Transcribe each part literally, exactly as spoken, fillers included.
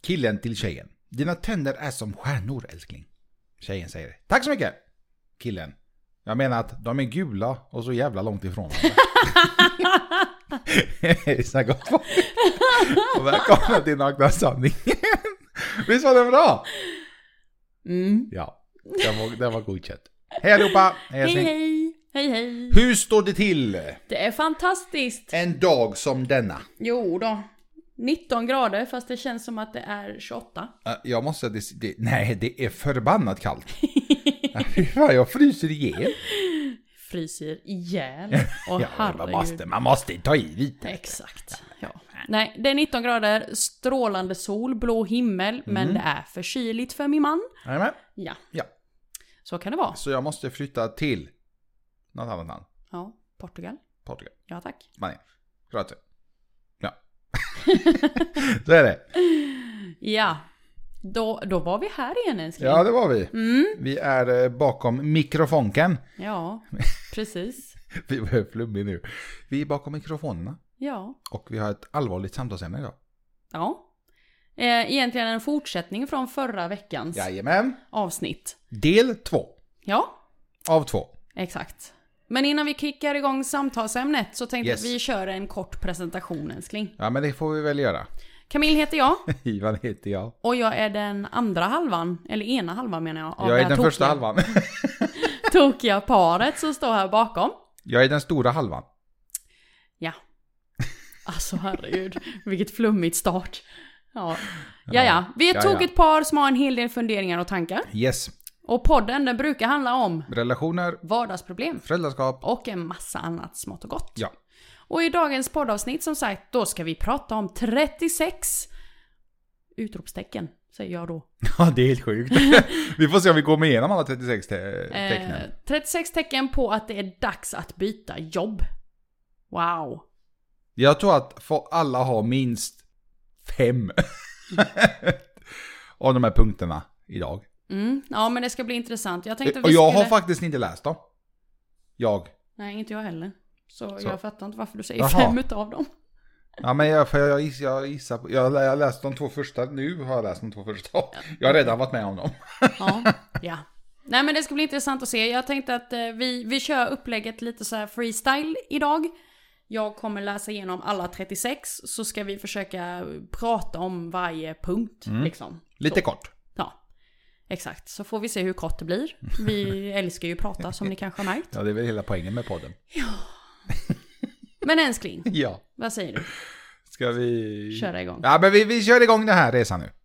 Killen till tjejen. Dina tänder är som stjärnor, älskling. Tjejen säger, tack så mycket. Killen. Jag menar att de är gula och så jävla långt ifrån. Så gott folk. Och välkomna till Nakna sanningen. Visst var det bra? Mm. Ja, det var, det var godkänt. Hej allihopa. Hej, hej, hej. Hej, hej. Hur står det till? Det är fantastiskt. En dag som denna. Jo då. nitton grader, fast det känns som att det är tjugoåtta. Jag måste säga, det, det, nej, det är förbannat kallt. Jag fryser ihjäl. Fryser ihjäl. Och ja, man, måste, man måste ta i lite. Exakt. Ja. Nej, det är nitton grader, strålande sol, blå himmel, mm. men det är för kyligt för min man. Amen. Ja. Ja. Så kan det vara. Så jag måste flytta till något annat land. Ja, Portugal. Portugal. Ja, tack. Spanien. Kroatien. Ja. Så är det. Ja. Då, då var vi här igen, älskling. Ja, det var vi. Mm. Vi är eh, bakom mikrofonken. Ja, precis. Vi är flummig nu. Vi är bakom mikrofonerna. Ja. Och vi har ett allvarligt samtalsämne idag. Ja. Eh, egentligen en fortsättning från förra veckans Jajamän. avsnitt. Del två. Ja. Av två. Exakt. Men innan vi kickar igång samtalsämnet så tänkte yes. att vi kör en kort presentation, älskling. Ja, men det får vi väl göra. Camille heter jag. Ivan heter jag. Och jag är den andra halvan, eller ena halvan menar jag. Av Jag är den tokiga, första halvan. tokiga paret som står här bakom. Jag är den stora halvan. Ja. Alltså herregud, vilket flummigt start. Ja, ja, ja. Vi är ett ja, tokigt par som har en hel del funderingar och tankar. Yes. Och podden den brukar handla om relationer, vardagsproblem, föräldraskap och en massa annat smått och gott. Ja. Och i dagens poddavsnitt som sagt, då ska vi prata om trettiosex utropstecken, säger jag då. Ja, det är helt sjukt. Vi får se om vi kommer igenom alla trettiosex te- tecknen. Eh, trettiosex tecken på att det är dags att byta jobb. Wow. Jag tror att får alla ha minst fem av de här punkterna idag. Mm, ja, men det ska bli intressant. Jag tänkte att och vi jag skulle... har faktiskt inte läst dem. Jag. Nej, inte jag heller. Så, Så. jag fattar inte varför du säger Jaha. fem utav dem. Ja, men jag, för jag, giss, jag gissar på, jag har läst de två första, nu har jag läst de två första. Jag har redan varit med om dem. Ja, ja. Nej, men det ska bli intressant att se. Jag tänkte att eh, vi, vi kör upplägget lite så här freestyle idag. Jag kommer läsa igenom alla trettiosex, så ska vi försöka prata om varje punkt. Mm. Liksom. Lite så. kort. Ja, exakt. Så får vi se hur kort det blir. Vi älskar ju att prata, som ni kanske har märkt. Ja, det är väl hela poängen med podden. Ja. Men älskling, Ja. vad säger du? Ska vi... Köra igång. Ja, men vi, vi kör igång den här resan nu.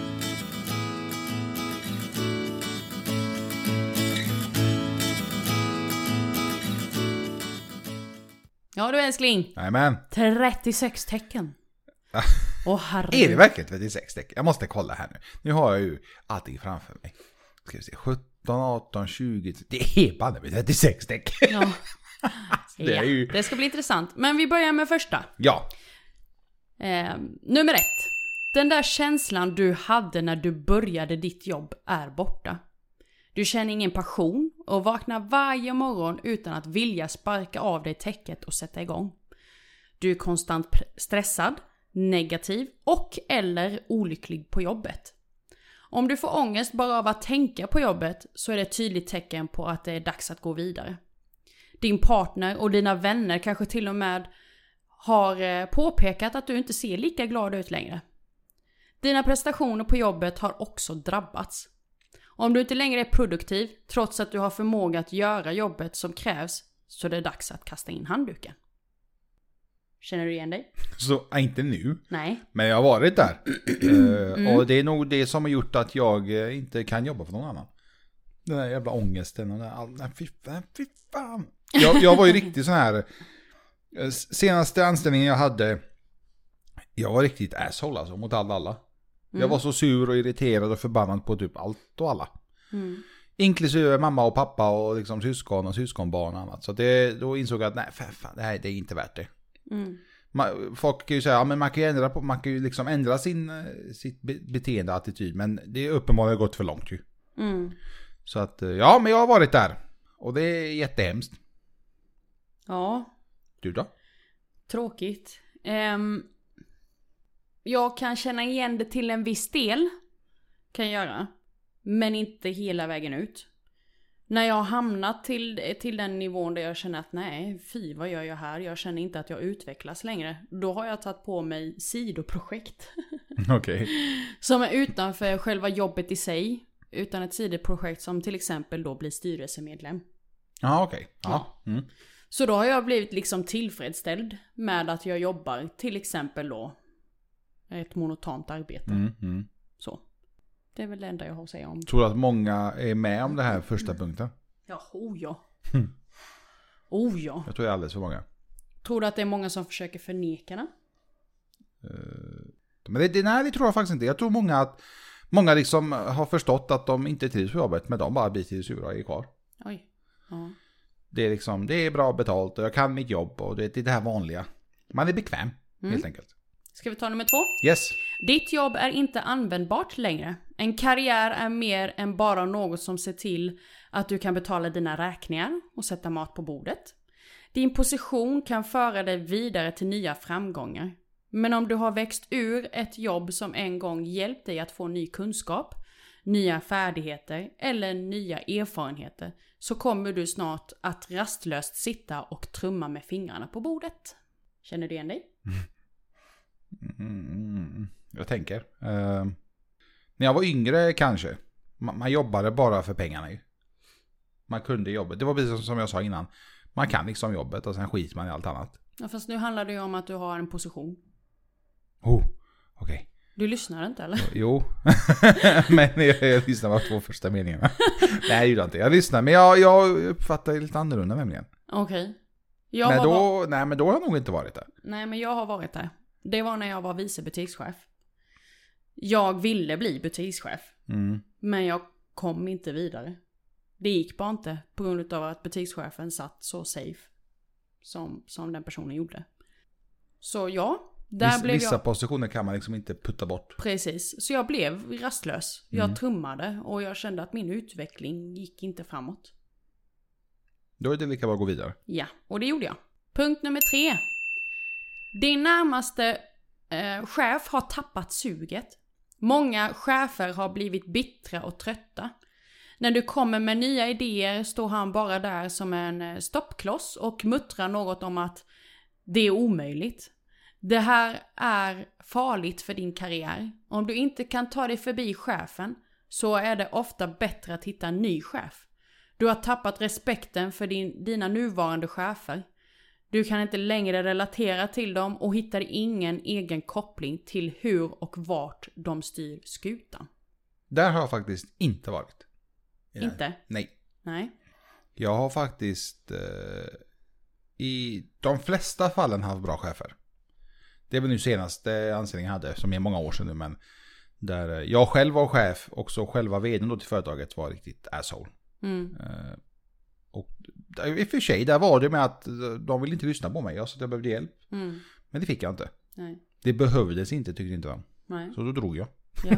Ja du älskling. Jajamän. trettiosex tecken. Åh herregud. Är det verkligen trettiosex tecken? Jag måste kolla här nu. Nu har jag ju allting framför mig. Ska vi se. sjutton, arton, tjugo. Det är bara med trettiosex tecken. Ja. det, ja, är ju... det ska bli intressant. Men vi börjar med första. Ja. Eh, nummer ett. Den där känslan du hade när du började ditt jobb är borta. Du känner ingen passion och vaknar varje morgon utan att vilja sparka av dig täcket och sätta igång. Du är konstant stressad, negativ och eller olycklig på jobbet. Om du får ångest bara av att tänka på jobbet så är det ett tydligt tecken på att det är dags att gå vidare. Din partner och dina vänner kanske till och med har påpekat att du inte ser lika glad ut längre. Dina prestationer på jobbet har också drabbats. Om du inte längre är produktiv trots att du har förmåga att göra jobbet som krävs så är det dags att kasta in handduken. Känner du igen dig? Så, inte nu. Nej. Men jag har varit där. Mm. uh, och det är nog det som har gjort att jag uh, inte kan jobba för någon annan. Den där jävla ångesten och den där, all, fy fan, fy fan. Jag, jag var ju riktigt sån här, uh, senaste anställningen jag hade, jag var riktigt asshole alltså, mot alla alla. Mm. Jag var så sur och irriterad och förbannad på typ allt och alla. Mm. Inklusive mamma och pappa och liksom syskon och syskonbarn och annat. Så det, då insåg jag att nej, fan, fan, det här det är inte värt det. Mm. Man, folk kan ju säga, ja, men man kan ju ändra, på, man kan ju liksom ändra sin, sitt beteende, attityd. Men det är uppenbarligen gått för långt ju. Mm. Så att, ja, men jag har varit där. Och det är jättehemskt. Ja. Du då? Tråkigt. Um, jag kan känna igen det till en viss del. Kan jag göra. Men inte hela vägen ut. När jag har hamnat till, till den nivån där jag känner att nej, fy vad gör jag här? Jag känner inte att jag utvecklas längre. Då har jag tagit på mig sidoprojekt. Okej. Okay. Som är utanför själva jobbet i sig. Utan ett sidoprojekt som till exempel då blir styrelsemedlem. Ah, okay. Ja, okej. Ja. Mm. Så då har jag blivit liksom tillfredsställd med att jag jobbar till exempel då ett monotont arbete. Mm, mm. Så. Det är väl det enda jag har att säga om. Tror du att många är med om det här första punkten? Ja, oh ja. Oh ja. Jag tror det är alldeles för många. Tror du att det är många som försöker förneka det? Uh, men det, det, nej, det tror jag faktiskt inte. Jag tror många att många liksom har förstått att de inte trivs på jobbet, men de bara blir till sura och är kvar. Oj. Ja. Det är liksom, det är bra betalt och jag kan mitt jobb och det, det är det här vanliga. Man är bekväm, mm. helt enkelt. Ska vi ta nummer två? Yes. Ditt jobb är inte användbart längre. En karriär är mer än bara något som ser till att du kan betala dina räkningar och sätta mat på bordet. Din position kan föra dig vidare till nya framgångar. Men om du har växt ur ett jobb som en gång hjälpt dig att få ny kunskap, nya färdigheter eller nya erfarenheter, så kommer du snart att rastlöst sitta och trumma med fingrarna på bordet. Känner du igen dig? Mm, mm, jag tänker. Uh, när jag var yngre kanske. Man, man jobbade bara för pengarna ju. Man kunde jobbet. Det var precis som jag sa innan. Man kan liksom jobbet och sen skiter man i allt annat. Ja, fast nu handlar det ju om att du har en position. Oh, okej. Okay. Du lyssnar inte eller? Jo, men jag, jag lyssnar på två första meningarna. Nej, det gjorde jag inte. Jag lyssnar, men jag, jag uppfattar det lite annorlunda nämligen. Okej. Okay. Men, har... då, nej, men då har jag nog inte varit där. Nej, men jag har varit där. Det var när jag var vice butikschef. Jag ville bli butikschef. Mm. Men jag kom inte vidare. Det gick bara inte på grund av att butikschefen satt så safe. Som, som den personen gjorde. Så ja. Där Viss, blev vissa jag... positioner kan man liksom inte putta bort. Precis. Så jag blev rastlös. Jag mm. trummade. Och jag kände att min utveckling gick inte framåt. Då är det lika bra att gå vidare. Ja, och det gjorde jag. Punkt nummer tre. Din närmaste eh, chef har tappat suget. Många chefer har blivit bittra och trötta. När du kommer med nya idéer står han bara där som en stoppkloss och muttrar något om att det är omöjligt. Det här är farligt för din karriär. Om du inte kan ta dig förbi chefen så är det ofta bättre att hitta en ny chef. Du har tappat respekten för din, dina nuvarande chefer. Du kan inte längre relatera till dem och hittar ingen egen koppling till hur och vart de styr skutan. Där har jag faktiskt inte varit. Inte? Nej. Nej. Jag har faktiskt eh, i de flesta fallen haft bra chefer. Det är väl nu senaste anställningen jag hade, som är många år sedan nu, men där jag själv var chef och så själva vdn då till företaget var riktigt asshole. Mm. Eh, och i och för sig, där var det med att de ville inte lyssna på mig. Jag sa att jag behövde hjälp. Mm. Men det fick jag inte. Nej. Det behövdes inte, tyckte inte de. Nej. Så då drog jag. Ja.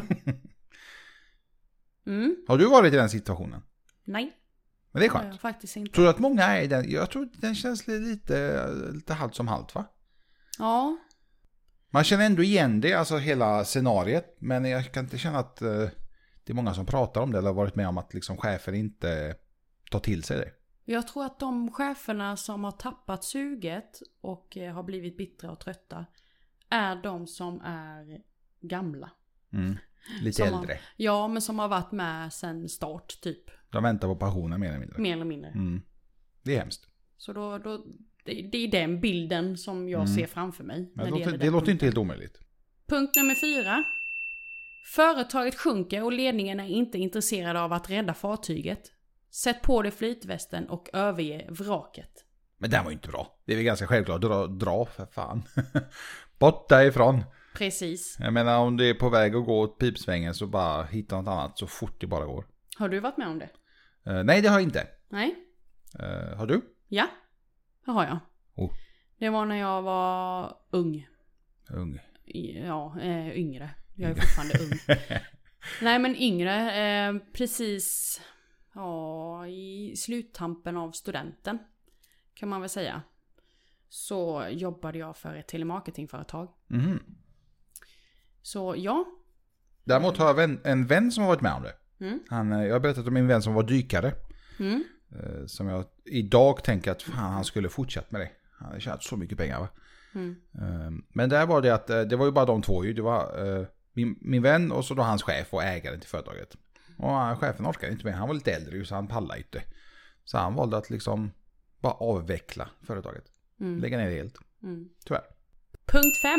Mm. Har du varit i den situationen? Nej. Men det är Det har skönt. jag faktiskt inte. Tror du att många är i den? Jag tror den känns lite, lite halvt som halvt, va? Ja. Man känner ändå igen det, alltså hela scenariet. Men jag kan inte känna att uh, det är många som pratar om det eller har varit med om att liksom chefer inte tar till sig det. Jag tror att de cheferna som har tappat suget och har blivit bittra och trötta är de som är gamla. Mm. Lite som äldre. Har, ja, men som har varit med sedan start typ. De väntar på pensionen mer eller mindre. Mer eller mindre. Mm. Det är hemskt. Så då, då det, det är den bilden som jag mm. ser framför mig. När det det låter, det det låter inte helt omöjligt. Punkt nummer fyra. Företaget sjunker och ledningen är inte intresserad av att rädda fartyget. Sätt på dig flytvästen och överge vraket. Men den var ju inte bra. Det är väl ganska självklart. Dra, dra för fan. Bort därifrån. Precis. Jag menar, om det är på väg att gå åt pipsvängen så bara hitta något annat så fort det bara går. Har du varit med om det? Uh, nej, det har jag inte. Nej. Uh, har du? Ja, det har jag. Oh. Det var när jag var ung. Ung? Ja, äh, yngre. Jag är fortfarande ung. Nej, men yngre. Eh, precis ja, i sluttampen av studenten kan man väl säga. Så jobbade jag för ett telemarketingföretag. Mm. Så ja. Däremot har jag vän, en vän som har varit med om det. Mm. Han, jag har berättat om min vän som var dykare. Mm. Som jag idag tänker att fan, han skulle fortsätta med det. Han hade tjänat så mycket pengar va. Mm. Men där var det att det var ju bara de två ju. Det var min, min vän och så då hans chef och ägaren till företaget. Och chefen orkade inte med. Han var lite äldre så han pallade inte. Så han valde att liksom bara avveckla företaget. Mm. Lägga ner det helt. Mm. Tyvärr. Punkt fem.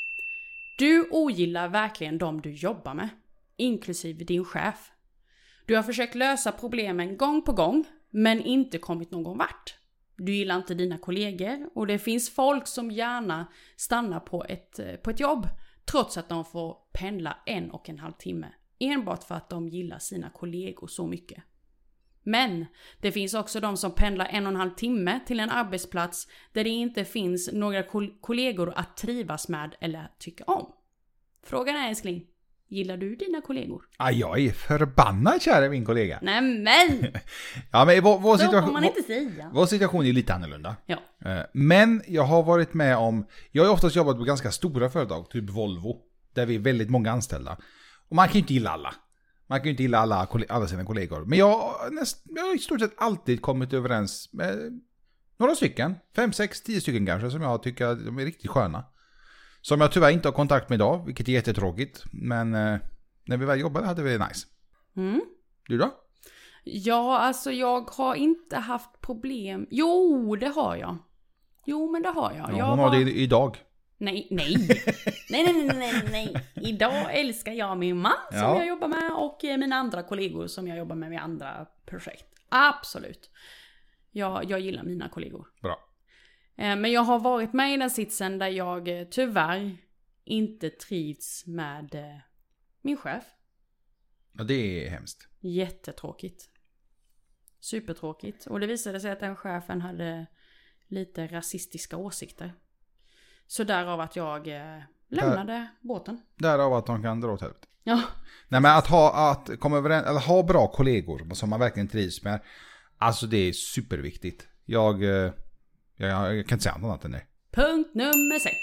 Du ogillar verkligen de du jobbar med. Inklusive din chef. Du har försökt lösa problemen gång på gång. Men inte kommit någon vart. Du gillar inte dina kollegor. Och det finns folk som gärna stannar på ett, på ett jobb. Trots att de får pendla en och en halv timme. Enbart för att de gillar sina kollegor så mycket. Men det finns också de som pendlar en och en halv timme till en arbetsplats där det inte finns några kollegor att trivas med eller tycka om. Frågan är älskling, gillar du dina kollegor? Ja, jag är förbannad kära min kollega. Nämen! Ja, men vår, vår, situation, man inte säga. vår situation är lite annorlunda. Ja. Men jag har varit med om, jag har oftast jobbat på ganska stora företag, typ Volvo, där vi är väldigt många anställda. Och man kan ju inte gilla alla. Man kan ju inte gilla alla, alla sina kollegor. Men jag, näst, jag har i stort sett alltid kommit överens med några stycken. Fem, sex, tio stycken kanske som jag tycker de är riktigt sköna. Som jag tyvärr inte har kontakt med idag, vilket är jättetråkigt. Men eh, när vi väl jobbade hade vi det nice. Mm. Du då? Ja, alltså jag har inte haft problem. Jo, det har jag. Jo, men det har jag. Ja, jag hon har det idag. Nej, nej. nej, nej, nej, nej, nej. Idag älskar jag min man som ja. jag jobbar med och mina andra kollegor som jag jobbar med med andra projekt. Absolut. Jag, jag gillar mina kollegor. Bra. Men jag har varit med i den sitsen där jag tyvärr inte trivs med min chef. Ja, det är hemskt. Jättetråkigt. Supertråkigt. Och det visade sig att den chefen hade lite rasistiska åsikter. Så därav att jag eh, lämnade Där, båten. Därav att de kan dra åt helvete. Ja. Nej, men att ha, att komma överens, eller ha bra kollegor som man verkligen trivs med. Alltså det är superviktigt. Jag, jag, jag kan inte säga annat än det. Punkt nummer sex.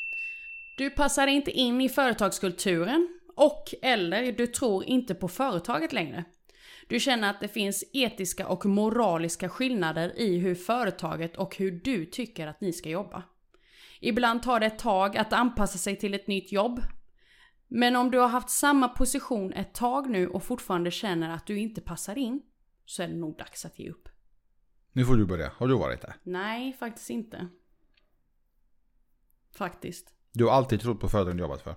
Du passar inte in i företagskulturen och eller du tror inte på företaget längre. Du känner att det finns etiska och moraliska skillnader i hur företaget och hur du tycker att ni ska jobba. Ibland tar det ett tag att anpassa sig till ett nytt jobb. Men om du har haft samma position ett tag nu och fortfarande känner att du inte passar in så är det nog dags att ge upp. Nu får du börja. Har du varit där? Nej, faktiskt inte. Faktiskt. Du har alltid trott på företagen du jobbat för?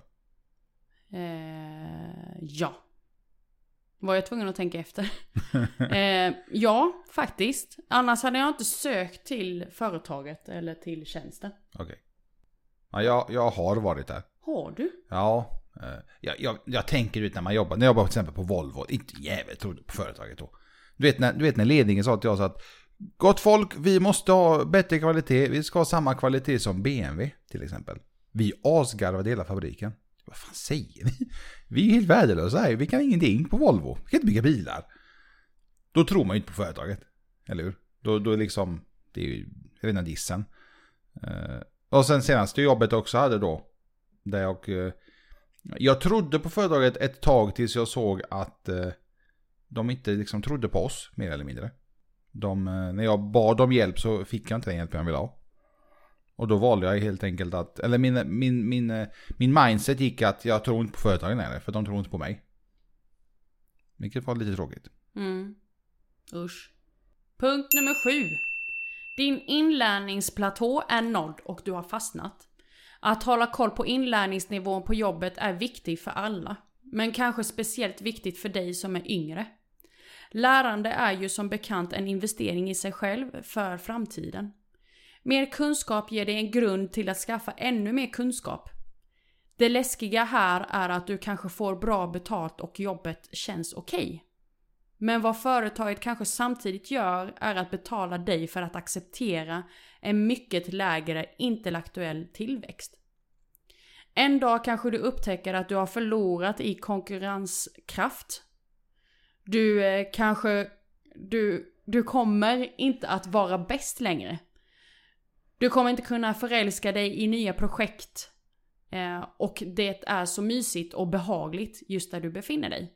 Eh, ja. Var jag tvungen att tänka efter? eh, ja, faktiskt. Annars hade jag inte sökt till företaget eller till tjänsten. Okej. Okay. Ja, jag, jag har varit där. Har du? Ja. Eh, jag, jag, jag tänker ut när man jobbar. När jag jobbar till exempel på Volvo. Inte jävligt trodde på företaget då. Du vet, när, du vet när ledningen sa till oss att gott folk, vi måste ha bättre kvalitet. Vi ska ha samma kvalitet som B M W till exempel. Vi asgarvade hela fabriken. Vad fan säger ni? Vi är helt värdelösa här. Vi kan ingenting på Volvo. Vi kan inte bygga bilar. Då tror man ju inte på företaget. Eller hur? Då, då är liksom, det är ju rena dissen. Uh, och sen senaste jobbet också hade då. Där jag, uh, jag trodde på företaget ett tag tills jag såg att uh, de inte liksom trodde på oss, mer eller mindre. De, uh, när jag bad om hjälp så fick jag inte den hjälp jag ville ha. Och då valde jag helt enkelt att, eller min, min, min, min mindset gick att jag tror inte på företagen längre, för de tror inte på mig. Vilket var lite tråkigt. Mm. Usch. Punkt nummer sju. Din inlärningsplatå är nådd och du har fastnat. Att hålla koll på inlärningsnivån på jobbet är viktigt för alla. Men kanske speciellt viktigt för dig som är yngre. Lärande är ju som bekant en investering i sig själv för framtiden. Mer kunskap ger dig en grund till att skaffa ännu mer kunskap. Det läskiga här är att du kanske får bra betalt och jobbet känns okej. Men vad företaget kanske samtidigt gör är att betala dig för att acceptera en mycket lägre intellektuell tillväxt. En dag kanske du upptäcker att du har förlorat i konkurrenskraft. Du eh, kanske du, du kommer inte att vara bäst längre. Du kommer inte kunna förälska dig i nya projekt Eh, och det är så mysigt och behagligt just där du befinner dig.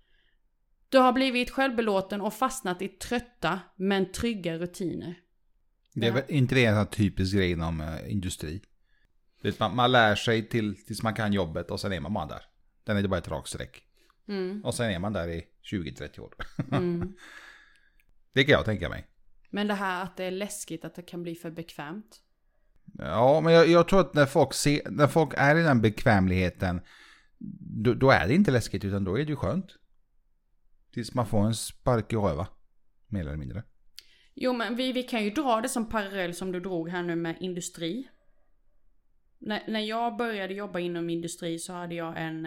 Du har blivit självbelåten och fastnat i trötta men trygga rutiner. Det är väl inte det en typisk grej inom uh, industri. Det, man, man lär sig till, tills man kan jobbet och sen är man bara där. Den är det bara ett raksträck. Mm. Och sen är man där i tjugo till trettio år. Mm. Det kan jag tänka mig. Men det här att det är läskigt, att det kan bli för bekvämt. Ja, men jag, jag tror att när folk, ser, när folk är i den bekvämligheten, då, då är det inte läskigt utan då är det ju skönt. Tills man får en spark i röva, mer eller mindre. Jo, men vi, vi kan ju dra det som parallell som du drog här nu med industri. När, när jag började jobba inom industri så hade jag en,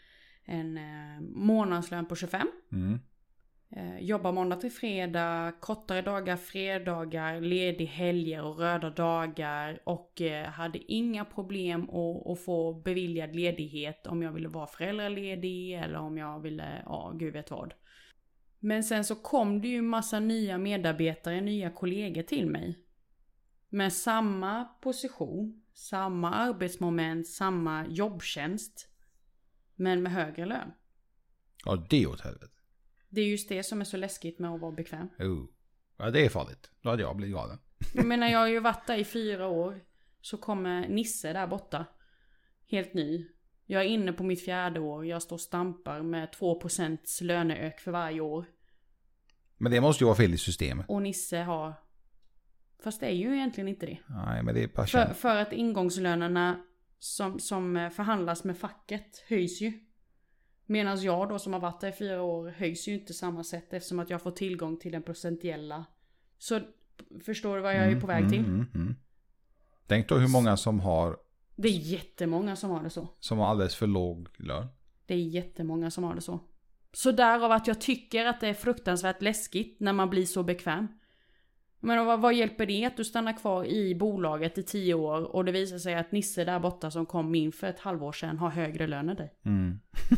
en månadslön på tjugofem. Mm. Jobba måndag till fredag, kortare dagar, fredagar, ledig helger och röda dagar. Och hade inga problem att, att få beviljad ledighet om jag ville vara föräldraledig eller om jag ville, ja gud vet vad. Men sen så kom det ju massa nya medarbetare, nya kollegor till mig. Med samma position, samma arbetsmoment, samma jobbtjänst. Men med högre lön. Ja, det är åt helvete. Det är just det som är så läskigt med att vara bekväm. Oh. Ja, det är farligt. Då hade jag blivit galen. Jag menar, jag har ju varit där i fyra år. Så kommer Nisse där borta. Helt ny. Jag är inne på mitt fjärde år. Jag står och stampar med två procent löneök för varje år. Men det måste ju vara fel i systemet. Och Nisse har... Fast det är ju egentligen inte det. Nej, men det är bara för, för att ingångslönerna som, som förhandlas med facket höjs ju. Medan jag då som har varit där i fyra år höjs ju inte samma sätt eftersom att jag får tillgång till den procentiella. Så förstår du vad jag är på väg mm, till? Mm, mm. Tänk då hur många som har... Det är jättemånga som har det så. Som har alldeles för låg lön. Det är jättemånga som har det så. Så därav att jag tycker att det är fruktansvärt läskigt när man blir så bekväm. Men vad, vad hjälper det att du stannar kvar i bolaget i tio år och det visar sig att Nisse där borta som kom in för ett halvår sedan har högre lön än dig? Mm.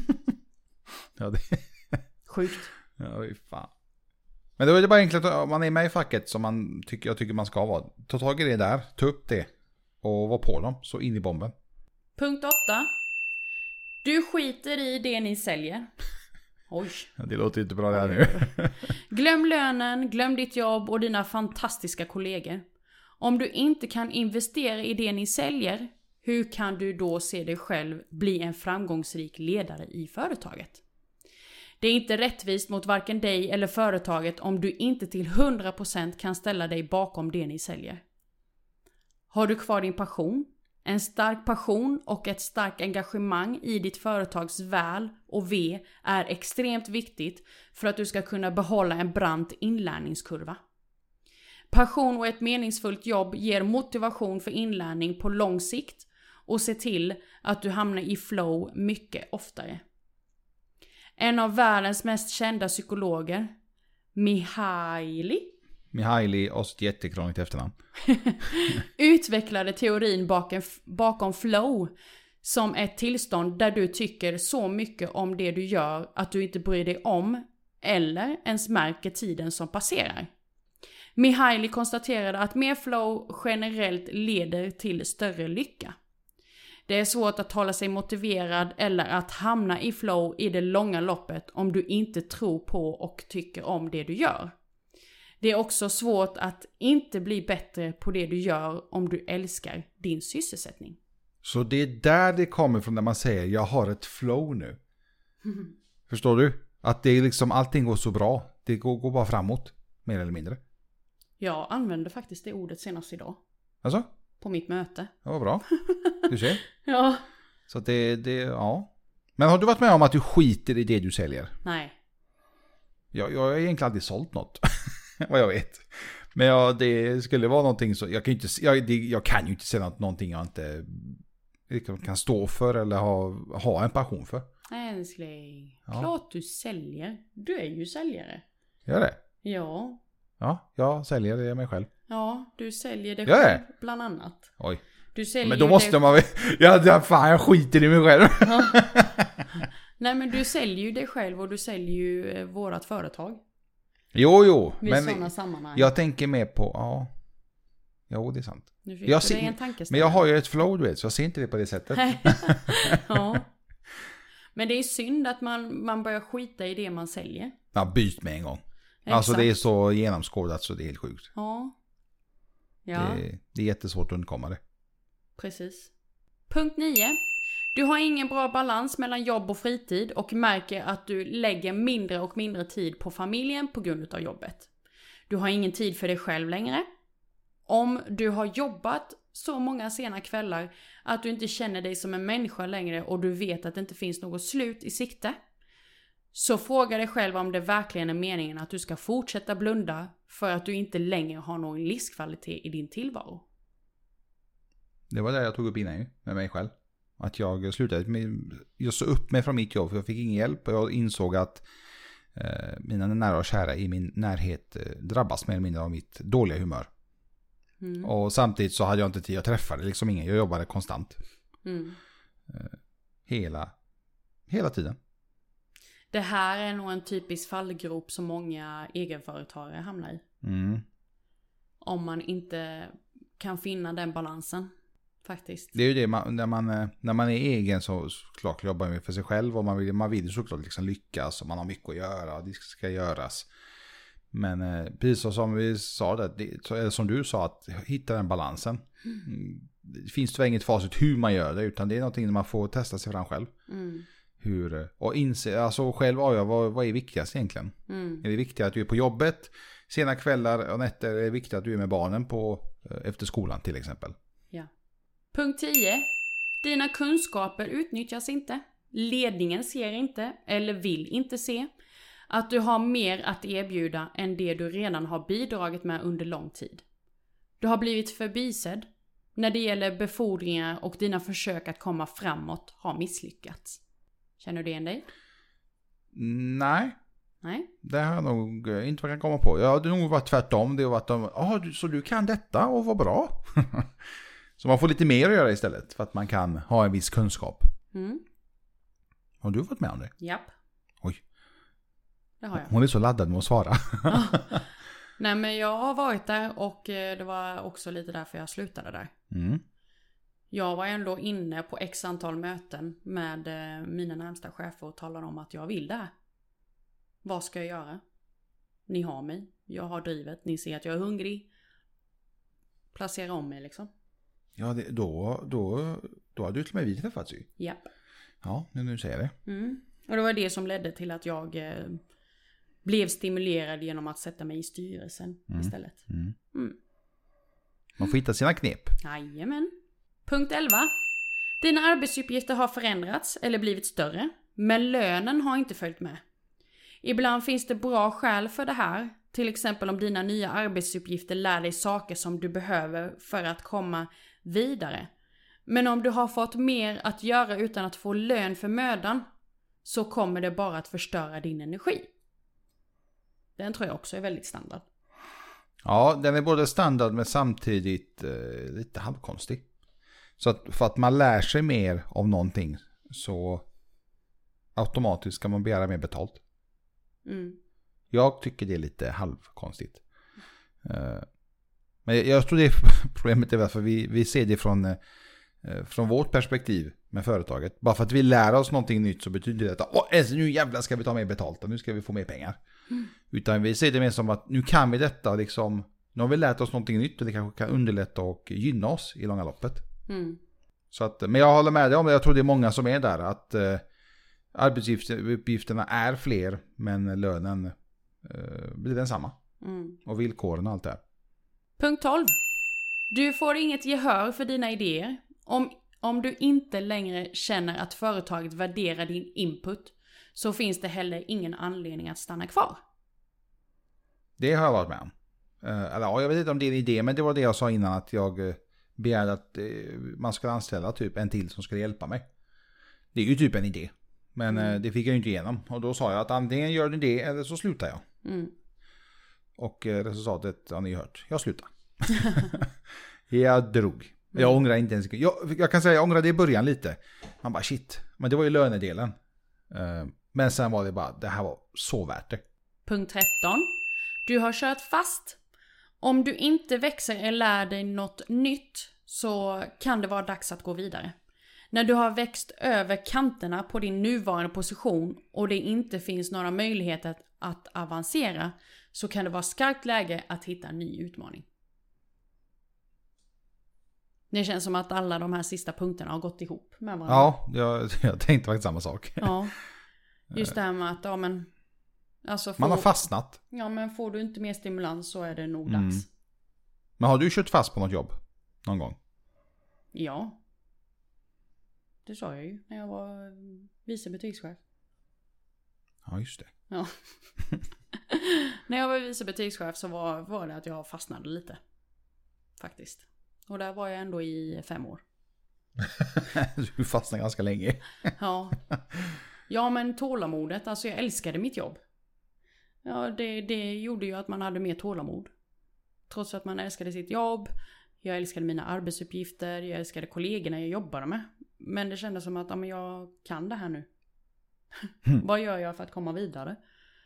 Ja, det... Sjukt. Ja, fan. Men då är det bara enkelt om man är med i facket som man tycker, jag tycker man ska vara. Ta tag i det där, ta upp det och var på dem, så in i bomben. Punkt åtta. Du skiter i det ni säljer. Oj. Ja, det låter inte bra det här nu. Glöm lönen, glöm ditt jobb och dina fantastiska kollegor. Om du inte kan investera i det ni säljer, hur kan du då se dig själv bli en framgångsrik ledare i företaget? Det är inte rättvist mot varken dig eller företaget om du inte till hundra procent kan ställa dig bakom det ni säljer. Har du kvar din passion? En stark passion och ett starkt engagemang i ditt företags väl och ve är extremt viktigt för att du ska kunna behålla en brant inlärningskurva. Passion och ett meningsfullt jobb ger motivation för inlärning på lång sikt och ser till att du hamnar i flow mycket oftare. En av världens mest kända psykologer, Mihaly Mihaly och ett jättekrångligt efternamn. utvecklade teorin bakom, bakom flow som ett tillstånd där du tycker så mycket om det du gör att du inte bryr dig om eller ens märker tiden som passerar. Mihaly konstaterade att mer flow generellt leder till större lycka. Det är svårt att hålla sig motiverad eller att hamna i flow i det långa loppet om du inte tror på och tycker om det du gör. Det är också svårt att inte bli bättre på det du gör om du älskar din sysselsättning. Så det är där det kommer från när man säger jag har ett flow nu. Mm. Förstår du? Att det är liksom allting går så bra. Det går, går bara framåt, mer eller mindre. Jag använde faktiskt det ordet senast idag. Alltså? På mitt möte. Det var bra. Du ser. Ja. Så att det, det, ja. Men har du varit med om att du skiter i det du säljer? Nej. Jag, jag har egentligen aldrig sålt något. Vad jag vet. Men ja, det skulle vara någonting så. Jag kan ju inte, jag, det, jag kan ju inte säga någonting jag inte kan stå för eller ha, ha en passion för. Älskling. Ja. Klart du säljer. Du är ju säljare. Gör det? Ja. Ja, jag säljer det mig själv. Ja, du säljer det Gör själv det? bland annat. Oj. Du säljer men då måste det... man väl... Ja, ja, fan, jag skiter i mig själv. Ja. Nej, men du säljer ju dig själv och du säljer ju eh, vårat företag. Jo, jo. Vid men sådana sammanhang. jag tänker mer på... Ja. Jo, det är sant. Nu fick Jag du ser, dig en tankeställare. men jag har ju ett flow, du vet, så jag ser inte det på det sättet. Ja. Men det är synd att man, man börjar skita i det man säljer. Ja, byt med en gång. Exakt. Alltså det är så genomskådat så det är helt sjukt. Ja. Ja, Det, det är jättesvårt att undkomma det. precis. Punkt nio. Du har ingen bra balans mellan jobb och fritid och märker att du lägger mindre och mindre tid på familjen på grund av jobbet. Du har ingen tid för dig själv längre. Om du har jobbat så många sena kvällar att du inte känner dig som en människa längre och du vet att det inte finns något slut i sikte, så fråga dig själv om det verkligen är meningen att du ska fortsätta blunda för att du inte längre har någon livskvalitet i din tillvaro. Det var det jag tog upp innan ju, med mig själv. Att jag slutade med, jag såg upp mig från mitt jobb för jag fick ingen hjälp. Och jag insåg att eh, mina nära och kära i min närhet eh, drabbas mer eller mindre av mitt dåliga humör. Mm. Och samtidigt så hade jag inte tid att träffa det, liksom ingen. Jag jobbade konstant. Mm. Eh, hela, hela tiden. Det här är nog en typisk fallgrop som många egenföretagare hamnar i. Mm. Om man inte kan finna den balansen. Faktiskt. Det är ju det, man, när, man, när man är egen så såklart jobbar man för sig själv och man vill, man vill såklart liksom lyckas och man har mycket att göra och det ska göras. Men eh, precis som vi sa det, det, eller som du sa, att hitta den balansen. Mm. Det finns tyvärr inget facit hur man gör det, utan det är någonting man får testa sig fram själv. Mm. Hur, och inse, alltså själv avgöra vad, vad är viktigast egentligen. Mm. Är det viktigt att du är på jobbet sena kvällar och nätter, är det viktigt att du är med barnen på, efter skolan till exempel. Ja. Punkt tio. Dina kunskaper utnyttjas inte. Ledningen ser inte eller vill inte se att du har mer att erbjuda än det du redan har bidragit med under lång tid. Du har blivit förbisedd när det gäller befordringar och dina försök att komma framåt har misslyckats. Känner du igen dig? Nej. Nej. Det har jag nog inte vad jag kan komma på. Jag hade nog varit tvärtom. Det har varit de, ah, så du kan detta och vad bra. Så man får lite mer att göra istället för att man kan ha en viss kunskap. Mm. Har du varit med om det? Japp. Oj. Det har jag. Hon är så laddad med att svara. Ja. Nej, men jag har varit där och det var också lite därför jag slutade där. Mm. Jag var ändå inne på x antal möten med mina närmsta chefer och talade om att jag vill det här. Vad ska jag göra? Ni har mig. Jag har drivet. Ni ser att jag är hungrig. Placera om mig liksom. Ja, det, då, då, då hade du till och med vi träffats ju. Japp. Ja, nu, nu säger jag det. Mm. Och det var det som ledde till att jag eh, blev stimulerad genom att sätta mig i styrelsen mm. istället. Mm. Mm. Man får hitta sina knep. Jajamän. Punkt elva. Dina arbetsuppgifter har förändrats eller blivit större, men lönen har inte följt med. Ibland finns det bra skäl för det här. Till exempel om dina nya arbetsuppgifter lär dig saker som du behöver för att komma vidare. Men om du har fått mer att göra utan att få lön för mödan, så kommer det bara att förstöra din energi. Den tror jag också är väldigt standard. Ja, den är både standard men samtidigt eh, lite halvkonstig. Så att för att man lär sig mer av någonting så automatiskt ska man begära mer betalt. Mm. Jag tycker det är lite halvkonstigt. Uh, men jag tror det problemet är varför vi, vi ser det från, uh, från vårt perspektiv med företaget. Bara för att vi lär oss någonting nytt så betyder det att Åh, nu jävla ska vi ta mer betalt och nu ska vi få mer pengar. Mm. Utan vi ser det mer som att nu kan vi detta liksom, nu har vi lärt oss någonting nytt och det kanske kan underlätta och gynna oss i långa loppet. Mm. Så att, men jag håller med dig om det, jag tror det är många som är där att uh, arbetsuppgifterna är fler men lönen uh, blir densamma. Mm. Och villkoren och allt det här. Punkt tolv. Du får inget gehör för dina idéer. Om, om du inte längre känner att företaget värderar din input så finns det heller ingen anledning att stanna kvar. Det har jag varit med om. Uh, eller, jag vet inte om det är en idé, men det var det jag sa innan att jag uh, begärde att uh, man ska anställa typ en till som ska hjälpa mig. Det är ju typ en idé. Men mm. uh, det fick jag ju inte igenom. Och då sa jag att antingen gör du det eller så slutar jag. Mm. Och uh, resultatet har ni hört. Jag slutar. Jag drog. Jag mm. ångrar inte ens. Jag, jag kan säga jag ångrade i början lite. Man bara shit. Men det var ju lönedelen. Uh, men sen var det bara, det här var så värt det. Punkt tretton. Du har kört fast. Om du inte växer eller lär dig något nytt så kan det vara dags att gå vidare. När du har växt över kanterna på din nuvarande position och det inte finns några möjligheter att, att avancera så kan det vara skarpt läge att hitta en ny utmaning. Det känns som att alla de här sista punkterna har gått ihop med varandra. Ja, jag, jag tänkte faktiskt samma sak. Ja, just det här med att ja, men, alltså får, man har fastnat. Ja, men får du inte mer stimulans så är det nog Mm. dags. Men har du kört fast på något jobb någon gång? Ja. Det sa jag ju när jag var vice butikschef. Ja, just det. Ja. När jag var vice butikschef så var, var det att jag fastnade lite. Faktiskt. Och där var jag ändå i fem år. Du fastnade ganska länge. Ja. Ja, men tålamodet. Alltså jag älskade mitt jobb. Ja, det, det gjorde ju att man hade mer tålamod. Trots att man älskade sitt jobb. Jag älskade mina arbetsuppgifter. Jag älskade kollegorna jag jobbade med. Men det kändes som att ja, men jag kan det här nu. Mm. Vad gör jag för att komma vidare?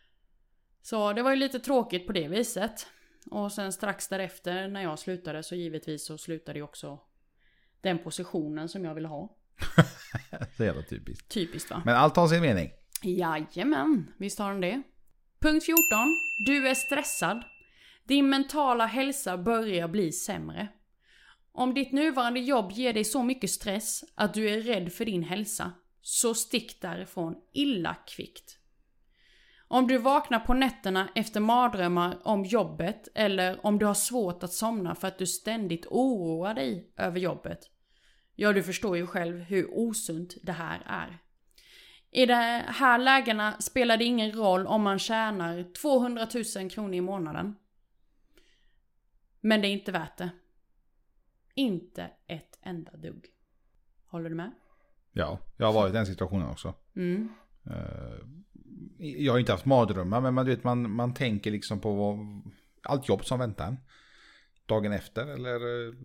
Så det var ju lite tråkigt på det viset. Och sen strax därefter när jag slutade så givetvis så slutade ju också den positionen som jag ville ha. Det är jävla typiskt. Typiskt va? Men allt har sin mening. Jajamän, visst har den det. Punkt fjorton. Du är stressad. Din mentala hälsa börjar bli sämre. Om ditt nuvarande jobb ger dig så mycket stress att du är rädd för din hälsa, så stick därifrån illa kvickt. Om du vaknar på nätterna efter mardrömmar om jobbet eller om du har svårt att somna för att du ständigt oroar dig över jobbet, ja, du förstår ju själv hur osunt det här är. I de här lägena spelar det ingen roll om man tjänar tvåhundratusen kronor i månaden. Men det är inte värt det. Inte ett enda dugg. Håller du med? Ja, jag har varit i den situationen också. Mm. Jag har inte haft mardrömmar, men man, vet, man, man tänker liksom på vad, allt jobb som väntar en. Dagen efter eller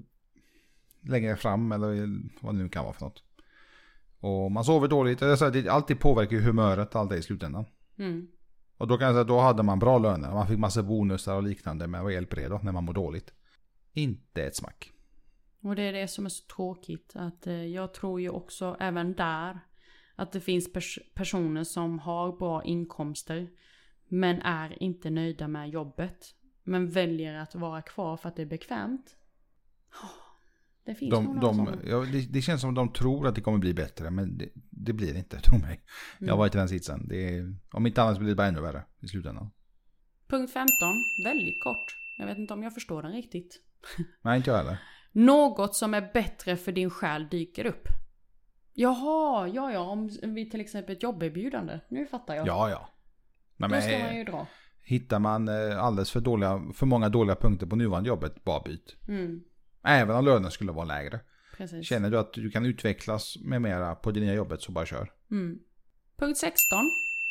längre fram eller vad det nu kan vara för något. Och man sover dåligt. Det alltid påverkar humöret allt det i slutändan. Mm. Och då kan jag säga, då hade man bra löner. Man fick massa bonusar och liknande med vad hjälper det då när man mår dåligt. Inte ett smack. Och det är det som är så tråkigt. Att eh, jag tror ju också även där att det finns pers- personer som har bra inkomster men är inte nöjda med jobbet. Men väljer att vara kvar för att det är bekvämt. Oh, det finns de, nog de, någon ja, det, det känns som att de tror att det kommer bli bättre, men det, det blir det inte, tro mig. Mm. Jag har varit i den sitsen. Det är, om inte annat blir det bara ännu värre i slutändan. Punkt femton, väldigt kort. Jag vet inte om jag förstår den riktigt. Nej, inte jag heller. Något som är bättre för din själ dyker upp. Jaha, ja ja, om vi till exempel ett jobberbjudande. Nu fattar jag. Ja, ja. Men, då ska men, man ju dra. Hittar man alldeles för, dåliga, för många dåliga punkter på nuvarande jobbet, bara byt. Mm. Även om lönen skulle vara lägre. Precis. Känner du att du kan utvecklas med mera på det nya jobbet, så bara kör. Mm. Punkt sexton.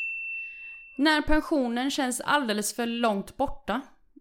När pensionen känns alldeles för långt borta.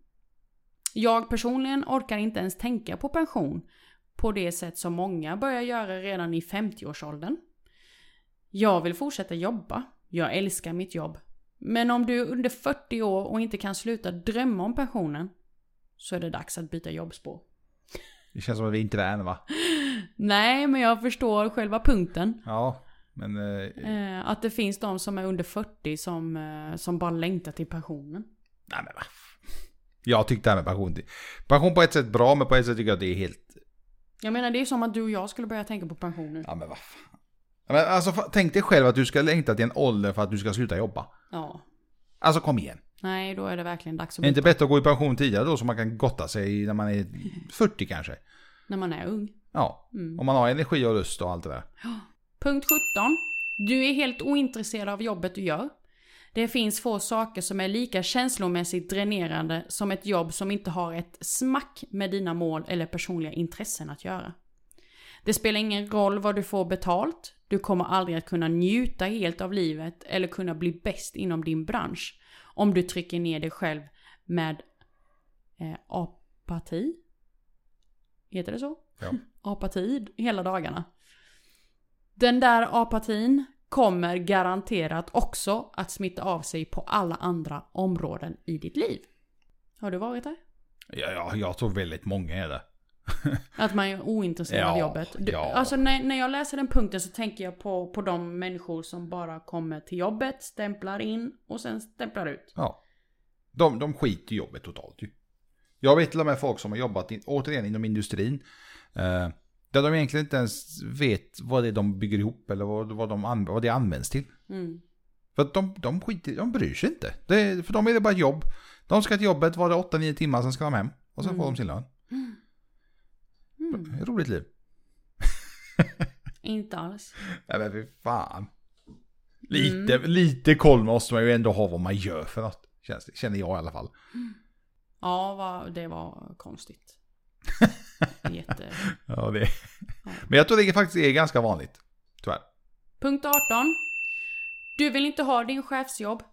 Jag personligen orkar inte ens tänka på pension på det sätt som många börjar göra redan i femtioårsåldern. Jag vill fortsätta jobba. Jag älskar mitt jobb. Men om du är under fyrtio år och inte kan sluta drömma om pensionen, så är det dags att byta jobbspår. Det känns som att vi inte är än, va? Nej, men jag förstår själva punkten. Ja, men... Eh, eh, att det finns de som är under fyrtio som, eh, som bara längtar till pensionen. Nej, men va? Jag tyckte det här med pension. Pension på ett sätt bra, men på ett sätt tycker jag att det är helt... Jag menar, det är som att du och jag skulle börja tänka på pensionen. Ja, men vad fan. Men alltså, tänk dig själv att du ska längta till en ålder för att du ska sluta jobba. Ja. Alltså, kom igen. Nej, då är det verkligen dags att byta. Är det inte bättre att gå i pension tidigare då, så man kan gotta sig när man är fyrtio kanske? När man är ung. Ja, mm. Om man har energi och lust och allt det där. Ja. Punkt sjutton. Du är helt ointresserad av jobbet du gör. Det finns få saker som är lika känslomässigt dränerande som ett jobb som inte har ett smack med dina mål eller personliga intressen att göra. Det spelar ingen roll vad du får betalt. Du kommer aldrig att kunna njuta helt av livet eller kunna bli bäst inom din bransch om du trycker ner dig själv med eh, apati. Heter det så? Ja. Apati hela dagarna. Den där apatin kommer garanterat också att smitta av sig på alla andra områden i ditt liv. Har du varit där? Ja, ja, jag tror väldigt många är det. Att man är ointresserad Ja, av jobbet. Du, ja. Alltså när, när jag läser den punkten så tänker jag på, på de människor som bara kommer till jobbet, stämplar in och sen stämplar ut. Ja. De, de skiter i jobbet totalt ju. Jag vet till och med folk som har jobbat in, återigen inom industrin. Eh, där de egentligen inte ens vet vad det är de bygger ihop eller vad, vad, de an, vad det används till. Mm. För att de, de skiter, de bryr sig inte. Det, för de är det bara ett jobb. De ska till jobbet, var det åtta nio timmar, sen ska de hem. Och sen Mm. får de sin lön. Mm. Roligt liv. Inte alls. Nej men fy fan. Lite, Mm. lite koll måste man ju ändå ha vad man gör för något. Känns det, känner jag i alla fall. Ja, vad, det var konstigt. Jätte... Ja, det. Ja. Men jag tror det faktiskt är ganska vanligt. Tyvärr. Punkt arton. Du vill inte ha din chefsjobb.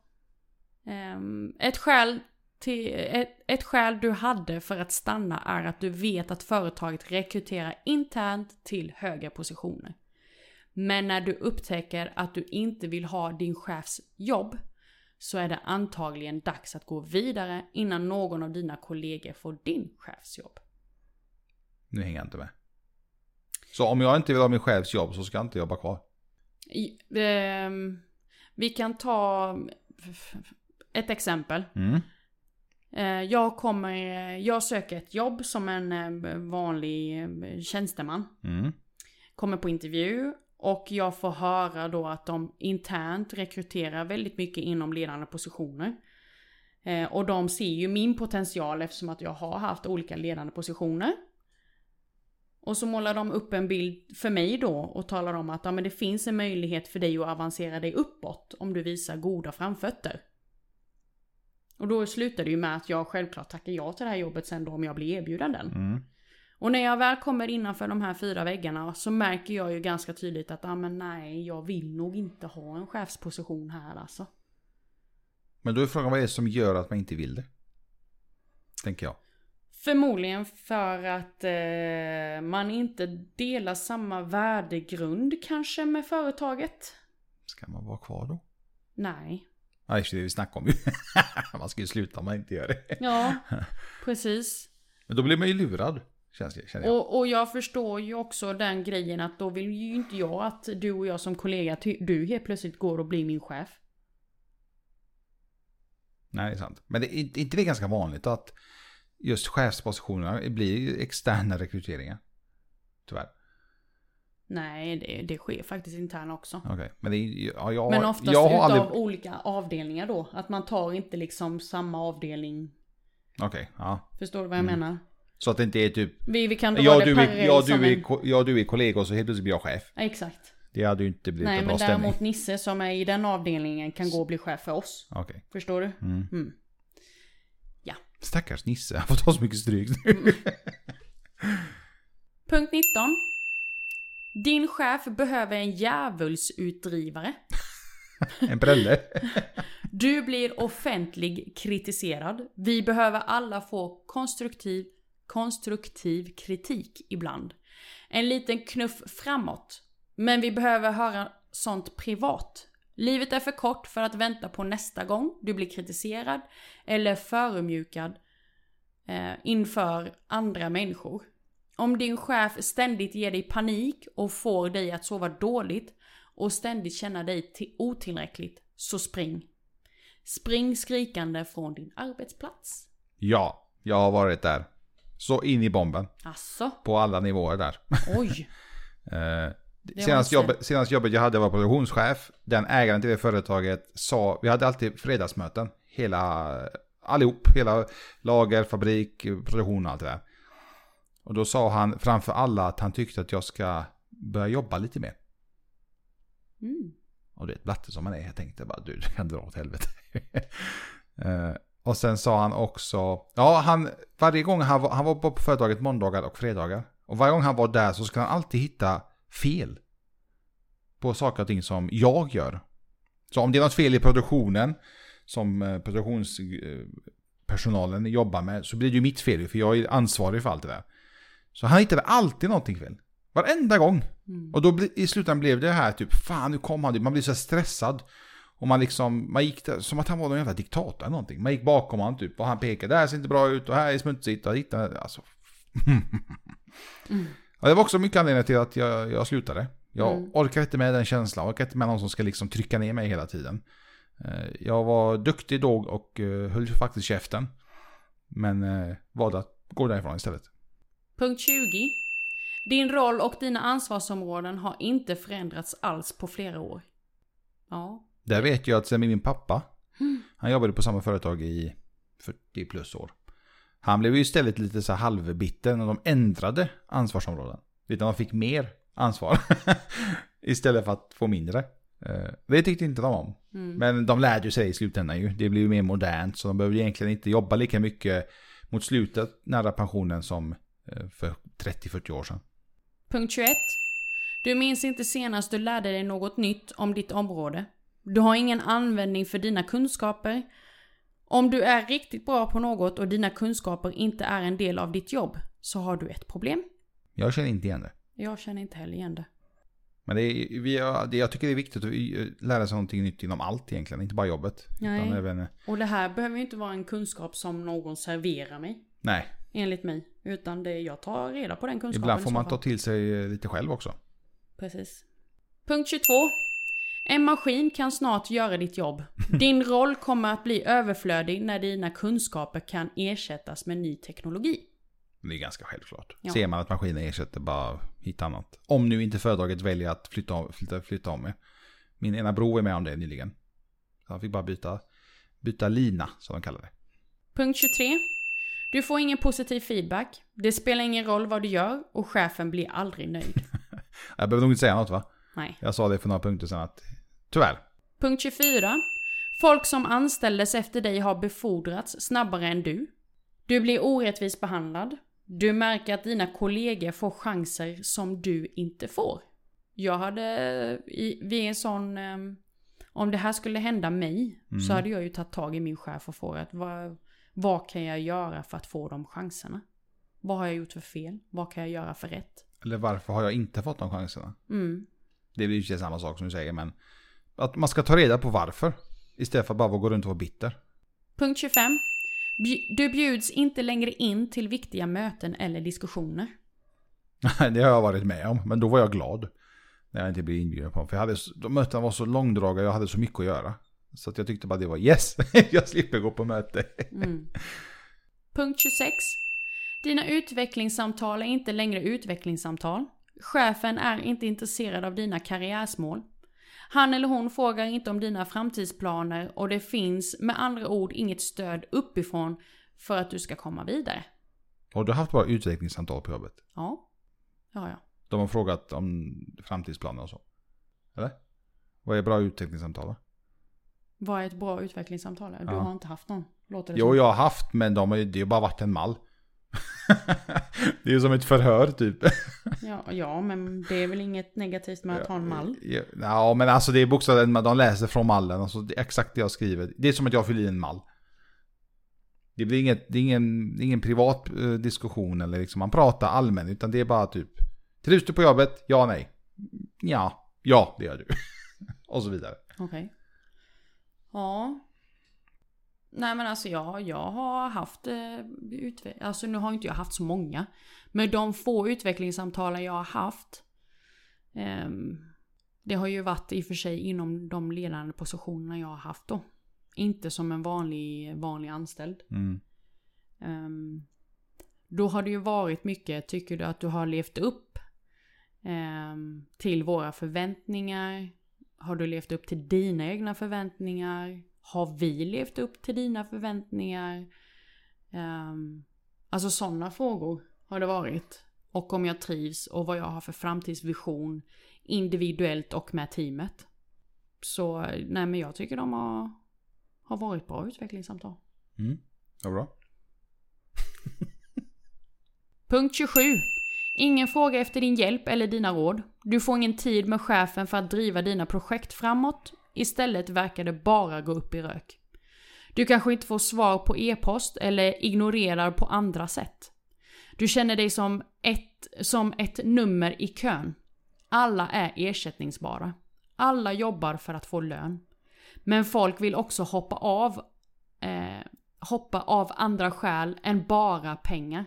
Um, ett, skäl till, ett, ett skäl du hade för att stanna är att du vet att företaget rekryterar internt till högre positioner. Men när du upptäcker att du inte vill ha din chefs jobb så är det antagligen dags att gå vidare innan någon av dina kollegor får din chefsjobb. Nu hänger jag inte med. Så om jag inte vill ha min chefs jobb så ska jag inte jobba kvar. I, eh, vi kan ta ett exempel. Mm. Eh, jag kommer, jag söker ett jobb som en eh, vanlig eh, tjänsteman. Mm. Kommer på intervju och jag får höra då att de internt rekryterar väldigt mycket inom ledande positioner. Eh, och de ser ju min potential eftersom att jag har haft olika ledande positioner. Och så målar de upp en bild för mig då och talar om att ja, men det finns en möjlighet för dig att avancera dig uppåt om du visar goda framfötter. Och då slutar det ju med att jag självklart tackar ja till det här jobbet sen då om jag blir erbjuden den. Mm. Och när jag väl kommer innanför de här fyra väggarna så märker jag ju ganska tydligt att ja, men nej, jag vill nog inte ha en chefsposition här alltså. Men då är frågan vad är det som gör att man inte vill det? Tänker jag. Förmodligen för att eh, man inte delar samma värdegrund kanske med företaget. Ska man vara kvar då? Nej. Ja, det är det vi snackar om ju. Man ska ju sluta om man inte gör det. Ja, precis. Men då blir man ju lurad, känns det, känner jag. Och, och jag förstår ju också den grejen att då vill ju inte jag att du och jag som kollega, ty- du helt plötsligt går och blir min chef. Nej, det är sant. Men det är inte det ganska vanligt att just chefspositionerna blir externa rekryteringar? Tyvärr. Nej, det, det sker faktiskt internt också. Okej, okay. Men det är, ja, jag, Men oftast jag har utav aldrig... olika avdelningar då. Att man tar inte liksom samma avdelning. Okej, okay, ja. Förstår du vad jag Mm. menar? Så att det inte är typ... Vi, vi kan dra Ja, det du är, parallellt ja, som du är, en... ko- ja, du är kollega och så helt plötsligt blir jag chef. Ja, exakt. Det hade ju inte blivit Nej, en bra men stämning. däremot Nisse som är i den avdelningen kan gå och bli chef för oss. Okej. Okay. Förstår du? Mm. Mm. Stackars Nisse, han får ta så mycket stryk nu. Mm. Punkt nitton. Din chef behöver en djävulsutdrivare. En prälle. Du blir offentlig kritiserad. Vi behöver alla få konstruktiv, konstruktiv kritik ibland. En liten knuff framåt. Men vi behöver höra sånt privat. Livet är för kort för att vänta på nästa gång du blir kritiserad eller förödmjukad eh, inför andra människor. Om din chef ständigt ger dig panik och får dig att sova dåligt och ständigt känna dig till otillräckligt, så spring. Spring skrikande från din arbetsplats. Ja, jag har varit där. Så in i bomben. Asså? På alla nivåer där. Oj. eh, senast, jobbet, senast jobbet jag hade var produktionschef. Den ägaren till det företaget sa, vi hade alltid fredagsmöten. Hela, allihop, hela lager, fabrik, produktion och allt det där. Och då sa han framför alla att han tyckte att jag ska börja jobba lite mer. Mm. Och det är ett blatte som man är. Jag tänkte bara, du kan dra åt helvete. uh, och sen sa han också, ja han, varje gång han var, han var på företaget måndagar och fredagar. Och varje gång han var där så ska han alltid hitta fel på saker och ting som jag gör. Så om det är något fel i produktionen som uh, produktionspersonalen uh, jobbar med, så blir det ju mitt fel, för jag är ansvarig för allt det där. Så han hittade alltid någonting fel. Varenda gång. Mm. Och då i slutändan blev det här typ, fan nu kom han, man blir så stressad. Och man liksom, man gick där, som att han var någon jävla diktator eller någonting. Man gick bakom han typ och han pekade, det här ser inte bra ut och här är smutsigt och hit, alltså. mm. Ja, det var också mycket anledning till att jag, jag slutade. Jag mm. orkar inte med den känslan, jag orkar inte med någon som ska liksom trycka ner mig hela tiden. Jag var duktig då och höll faktiskt käften. Men valde att gå därifrån istället. Punkt tjugo. Din roll och dina ansvarsområden har inte förändrats alls på flera år. Ja. Där vet jag att sen min pappa, mm. han jobbade på samma företag i fyrtio plus år. Han blev ju istället lite så här halvbitter när de ändrade ansvarsområden. Utan de fick mer ansvar istället för att få mindre. Det tyckte inte de om. Mm. Men de lärde ju sig i slutändan ju. Det blev ju mer modernt så de behövde egentligen inte jobba lika mycket mot slutet nära pensionen som för trettio till fyrtio år sedan. Punkt tjugoett. Du minns inte senast du lärde dig något nytt om ditt område. Du har ingen användning för dina kunskaper. Om du är riktigt bra på något och dina kunskaper inte är en del av ditt jobb så har du ett problem. Jag känner inte igen det. Jag känner inte heller igen det. Men det är, vi, det, jag tycker det är viktigt att lära sig någonting nytt inom allt egentligen. Inte bara jobbet. Nej. Utan även... Och det här behöver ju inte vara en kunskap som någon serverar mig. Nej. Enligt mig. Utan det jag tar reda på den kunskapen. Ibland får man ta till sig lite själv också. Precis. Punkt tjugotvå. En maskin kan snart göra ditt jobb. Din roll kommer att bli överflödig när dina kunskaper kan ersättas med ny teknologi. Det är ganska självklart. Ja. Ser man att maskinen ersätter bara hit annat. Om nu inte företaget väljer att flytta, flytta, flytta om med. Min ena bror är med om det nyligen. Så han fick bara byta, byta lina, som de kallar det. Punkt tjugotre. Du får ingen positiv feedback. Det spelar ingen roll vad du gör och chefen blir aldrig nöjd. Jag behöver nog inte säga något, va? Nej. Jag sa det för några punkter sedan att tyvärr. Punkt tjugofyra. Folk som anställdes efter dig har befordrats snabbare än du. Du blir orättvis behandlad. Du märker att dina kollegor får chanser som du inte får. Jag hade i, vid en sån... Um, om det här skulle hända mig mm. så hade jag ju tagit tag i min chef och frågat vad, vad kan jag göra för att få de chanserna? Vad har jag gjort för fel? Vad kan jag göra för rätt? Eller varför har jag inte fått de chanserna? Mm. Det är ju inte samma sak som du säger, men att man ska ta reda på varför istället för att bara gå runt och vara bitter. Punkt tjugofem. Du bjuds inte längre in till viktiga möten eller diskussioner. Det har jag varit med om, men då var jag glad när jag inte blev inbjuden på dem. För jag hade, de mötena var så långdraga och jag hade så mycket att göra. Så att jag tyckte bara det var yes, jag slipper gå på möte. Mm. Punkt tjugosex. Dina utvecklingssamtal är inte längre utvecklingssamtal. Chefen är inte intresserad av dina karriärsmål. Han eller hon frågar inte om dina framtidsplaner och det finns med andra ord inget stöd uppifrån för att du ska komma vidare. Och du har haft bara utvecklingssamtal på jobbet? Ja, ja, ja. De har frågat om framtidsplaner och så? Eller? Vad är bra utvecklingssamtal då? Vad är ett bra utvecklingssamtal? Du ja. har inte haft någon? Låter det jo, som? jag har haft, men de har, det har bara varit en mall. Det är ju som ett förhör typ. ja, ja, men det är väl inget negativt med att ha en mall? Ja, ja, men alltså det är bokstavligt, de läser från mallen. Alltså, det är exakt det jag skriver. Det är som att jag fyller i en mall. Det blir inget, det är ingen, det är ingen privat eh, diskussion eller liksom man pratar allmänt, utan det är bara typ trivs du på jobbet? Ja, nej. Ja, ja, det gör du. Och så vidare. Okej. Okay. Ja. Nej, men alltså jag, jag har haft eh, utve- alltså nu har inte jag haft så många, men de få utvecklingssamtalen jag har haft eh, det har ju varit i och för sig inom de ledande positionerna jag har haft då. Inte som en vanlig, vanlig anställd. Mm. Um, då har det ju varit mycket, tycker du att du har levt upp um, till våra förväntningar? Har du levt upp till dina egna förväntningar? Har vi levt upp till dina förväntningar? Um, alltså sådana frågor har det varit. Och om jag trivs och vad jag har för framtidsvision individuellt och med teamet. Så nej, men jag tycker de har, har varit bra utvecklingssamtal. Mm, ja, bra. Punkt tjugosju. Ingen fråga efter din hjälp eller dina råd. Du får ingen tid med chefen för att driva dina projekt framåt. Istället verkar det bara gå upp i rök. Du kanske inte får svar på e-post eller ignorerar på andra sätt. Du känner dig som ett, som ett nummer i kön. Alla är ersättningsbara. Alla jobbar för att få lön. Men folk vill också hoppa av, eh, hoppa av andra skäl än bara pengar.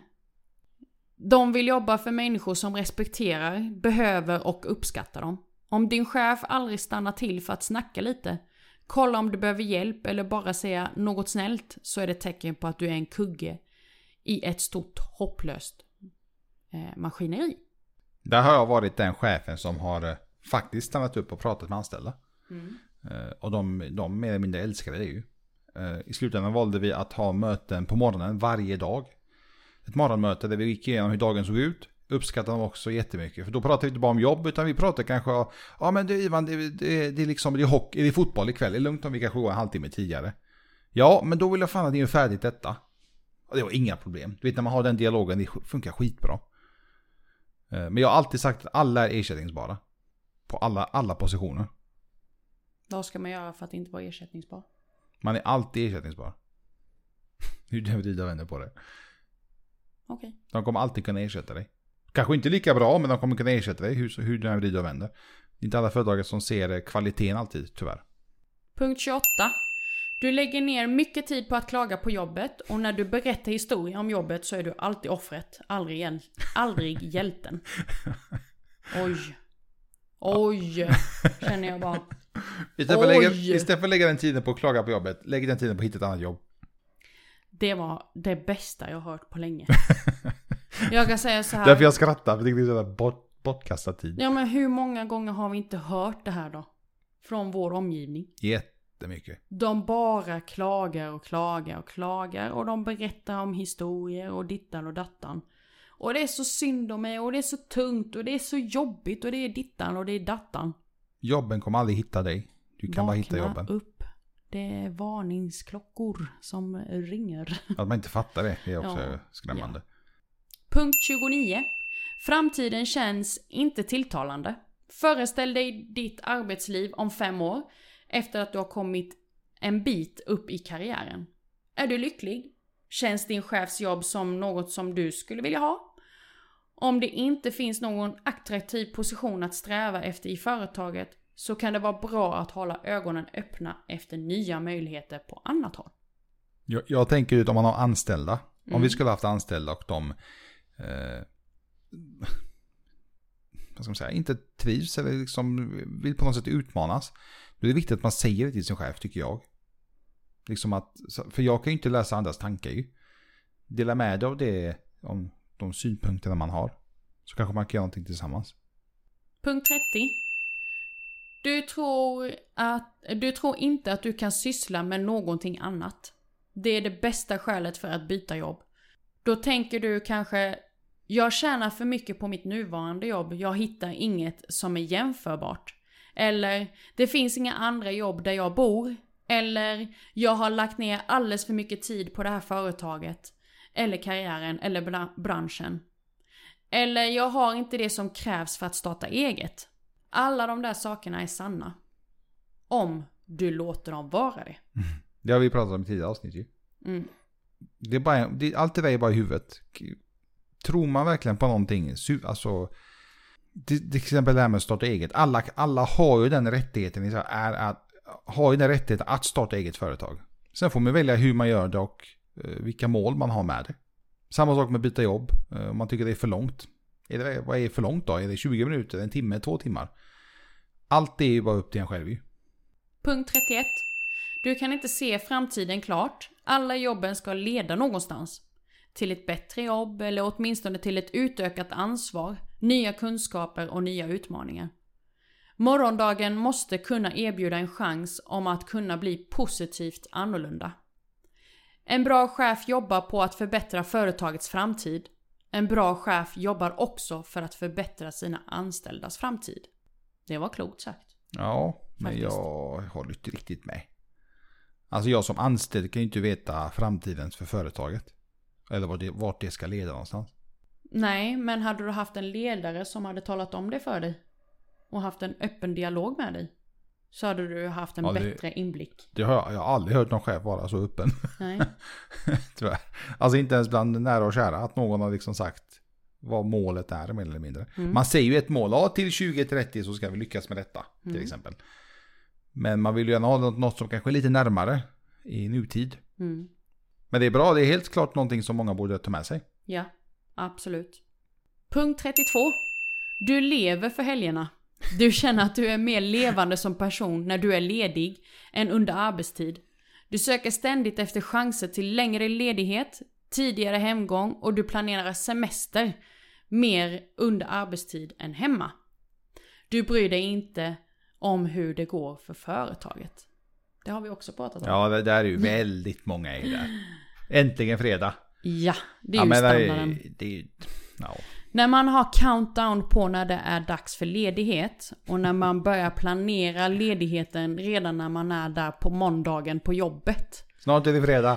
De vill jobba för människor som respekterar, behöver och uppskattar dem. Om din chef aldrig stannar till för att snacka lite, kolla om du behöver hjälp eller bara säga något snällt, så är det tecken på att du är en kugge i ett stort hopplöst eh, maskineri. Där har jag varit den chefen som har eh, faktiskt stannat upp och pratat med anställda. Mm. Eh, och de, de mer eller mindre älskade det ju. Eh, I slutändan valde vi att ha möten på morgonen varje dag. Ett morgonmöte där vi gick igenom hur dagen såg ut. Uppskattar de också jättemycket. För då pratar vi inte bara om jobb, utan vi pratar kanske ja ah, men du Ivan, det, det, det är liksom det är hockey, det är fotboll ikväll. Det är lugnt om vi kanske går en halvtimme tidigare. Ja, men då vill jag fan att ni är färdigt detta. Och det var inga problem. Du vet, när man har den dialogen, det funkar skitbra. Men jag har alltid sagt att alla är ersättningsbara. På alla, alla positioner. Vad ska man göra för att inte vara ersättningsbar? Man är alltid ersättningsbar. Hur du vrider vänner på det. Okej. Okay. De kommer alltid kunna ersätta dig. Kanske inte lika bra, men de kommer kunna ersätta dig hur, hur du än vrider och vänder. Det är inte alla företag som ser kvaliteten alltid, tyvärr. Punkt tjugoåtta. Du lägger ner mycket tid på att klaga på jobbet, och när du berättar historia om jobbet så är du alltid offret, aldrig, hjäl- aldrig hjälten. Oj. Oj, känner jag bara. Istället för, lägga, istället för att lägga den tiden på att klaga på jobbet, lägg den tiden på att hitta ett annat jobb. Det var det bästa jag har hört på länge. Jag kan säga så här. Därför jag skrattar, för det är sådär bort, bortkastad tid. Ja, men hur många gånger har vi inte hört det här då? Från vår omgivning. Jättemycket. De bara klagar och klagar och klagar. Och de berättar om historier och dittan och dattan. Och det är så synd om mig, och det är så tungt, och det är så jobbigt, och det är dittan och det är dattan. Jobben kommer aldrig hitta dig. Du kan Vakna bara hitta jobben. Upp. Det är varningsklockor som ringer. Att man inte fattar det, det är också ja. skrämmande. Ja. Punkt tjugonio. Framtiden känns inte tilltalande. Föreställ dig ditt arbetsliv om fem år efter att du har kommit en bit upp i karriären. Är du lycklig? Känns din chefs jobb som något som du skulle vilja ha? Om det inte finns någon attraktiv position att sträva efter i företaget, så kan det vara bra att hålla ögonen öppna efter nya möjligheter på annat håll. Jag, jag tänker ut om man har anställda. Mm. Om vi skulle ha haft anställda och de eh, vad ska man säga, inte trivs eller liksom vill på något sätt utmanas. Då är det viktigt att man säger det till sin chef, tycker jag. Liksom att, för jag kan ju inte läsa andras tankar ju. Dela med dig av det, om de synpunkterna man har. Så kanske man kan göra någonting tillsammans. Punkt trettio. Du tror, att, du tror inte att du kan syssla med någonting annat. Det är det bästa skälet för att byta jobb. Då tänker du kanske, jag tjänar för mycket på mitt nuvarande jobb. Jag hittar inget som är jämförbart. Eller, det finns inga andra jobb där jag bor. Eller, jag har lagt ner alldeles för mycket tid på det här företaget. Eller karriären, eller branschen. Eller, jag har inte det som krävs för att starta eget. Alla de där sakerna är sanna. Om du låter dem vara det. Mm. Det har vi pratat om i tidigare avsnitt ju. Mm. Det är bara, det, allt det där är bara i huvudet. Tror man verkligen på någonting? Alltså, till exempel det här med att starta eget. Alla, alla har ju den rättigheten, är att, har ju den rättigheten att starta eget företag. Sen får man välja hur man gör det och eh, vilka mål man har med det. Samma sak med byta jobb. Eh, om man tycker det är för långt. Är det, vad är för långt då? Är det tjugo minuter, en timme, två timmar? Allt det är ju bara upp till en själv ju. Punkt trettioett. Du kan inte se framtiden klart. Alla jobben ska leda någonstans. Till ett bättre jobb, eller åtminstone till ett utökat ansvar, nya kunskaper och nya utmaningar. Morgondagen måste kunna erbjuda en chans om att kunna bli positivt annorlunda. En bra chef jobbar på att förbättra företagets framtid. En bra chef jobbar också för att förbättra sina anställdas framtid. Det var klokt sagt. Ja, men faktiskt. Jag håller inte riktigt med. Alltså jag som anställd kan ju inte veta framtiden för företaget. Eller vart det, vart det ska leda någonstans. Nej, men hade du haft en ledare som hade talat om det för dig och haft en öppen dialog med dig, så hade du haft en ja, det, bättre inblick. Det har jag, jag har aldrig hört någon chef vara så öppen. Nej. Tyvärr. Alltså inte ens bland nära och kära att någon har liksom sagt vad målet är mer eller mindre. Mm. Man säger ju ett mål, ja, till tjugo trettio så ska vi lyckas med detta till mm. exempel. Men man vill ju gärna ha något som kanske är lite närmare i nutid. Mm. Men det är bra, det är helt klart någonting som många borde ta med sig. Ja, absolut. Punkt trettiotvå. Du lever för helgerna. Du känner att du är mer levande som person när du är ledig än under arbetstid. Du söker ständigt efter chanser till längre ledighet, tidigare hemgång och du planerar semester mer under arbetstid än hemma. Du bryr dig inte om hur det går för företaget. Det har vi också pratat om. Ja, det där är ju väldigt många i det. Äntligen fredag. Ja, det är ja, ju men standarden. Det, det, ja. När man har countdown på när det är dags för ledighet och när man börjar planera ledigheten redan när man är där på måndagen på jobbet. Snart är det fredag.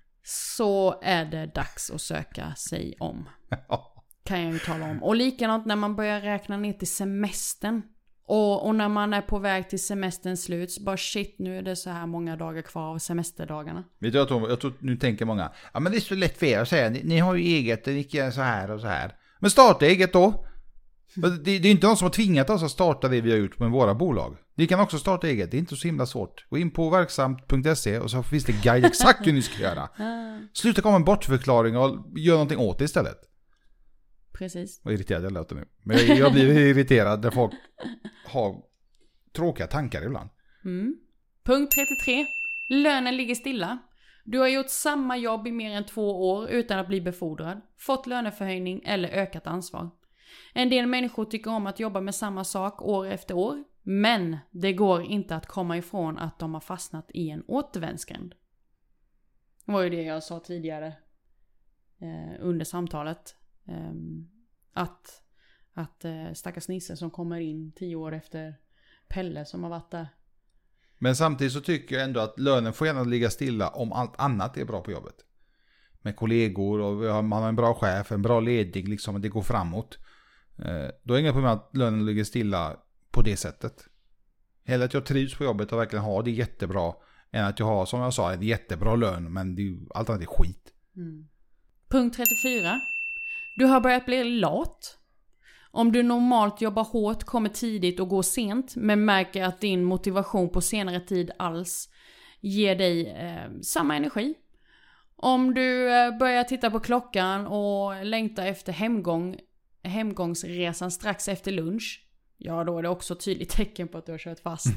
Så är det dags att söka sig om. Kan jag ju tala om. Och likadant när man börjar räkna ner till semestern. Och, och när man är på väg till semesterns slut så bara shit, nu är det så här många dagar kvar av semesterdagarna. Vet du, jag tror, jag tror nu tänker många, ja men det är så lätt för er att säga, ni, ni har ju eget, det gick så här och så här. Men starta eget då. Det, det är inte någon som har tvingat oss att starta det vi har gjort med våra bolag. Vi kan också starta eget, det är inte så himla svårt. Gå in på verksamt punkt se och så finns det guide exakt hur ni ska göra. Sluta komma en bortförklaring och gör någonting åt det istället. Precis. Vad irriterad jag låter nu. Men jag, jag blir irriterad när folk har tråkiga tankar ibland. Mm. Punkt trettiotre. Lönen ligger stilla. Du har gjort samma jobb i mer än två år utan att bli befordrad, fått löneförhöjning eller ökat ansvar. En del människor tycker om att jobba med samma sak år efter år, men det går inte att komma ifrån att de har fastnat i en återvändsgränd. Det var ju det jag sa tidigare eh, under samtalet. Eh, att att eh, stackars Nisse som kommer in tio år efter Pelle som har varit där. Men samtidigt så tycker jag ändå att lönen får gärna ligga stilla om allt annat är bra på jobbet. Med kollegor och man har en bra chef, en bra ledning, liksom det går framåt. Eh, då är inga problem att lönen ligger stilla på det sättet. Hellre att jag trivs på jobbet och verkligen har det jättebra än att jag har, som jag sa, en jättebra lön men det är ju, allt annat är skit. Mm. Punkt trettiofyra. Du har börjat bli lat. Om du normalt jobbar hårt, kommer tidigt och går sent men märker att din motivation på senare tid alls ger dig eh, samma energi. Om du eh, börjar titta på klockan och längtar efter hemgång, hemgångsresan strax efter lunch, ja då är det också tydligt tecken på att du har kört fast.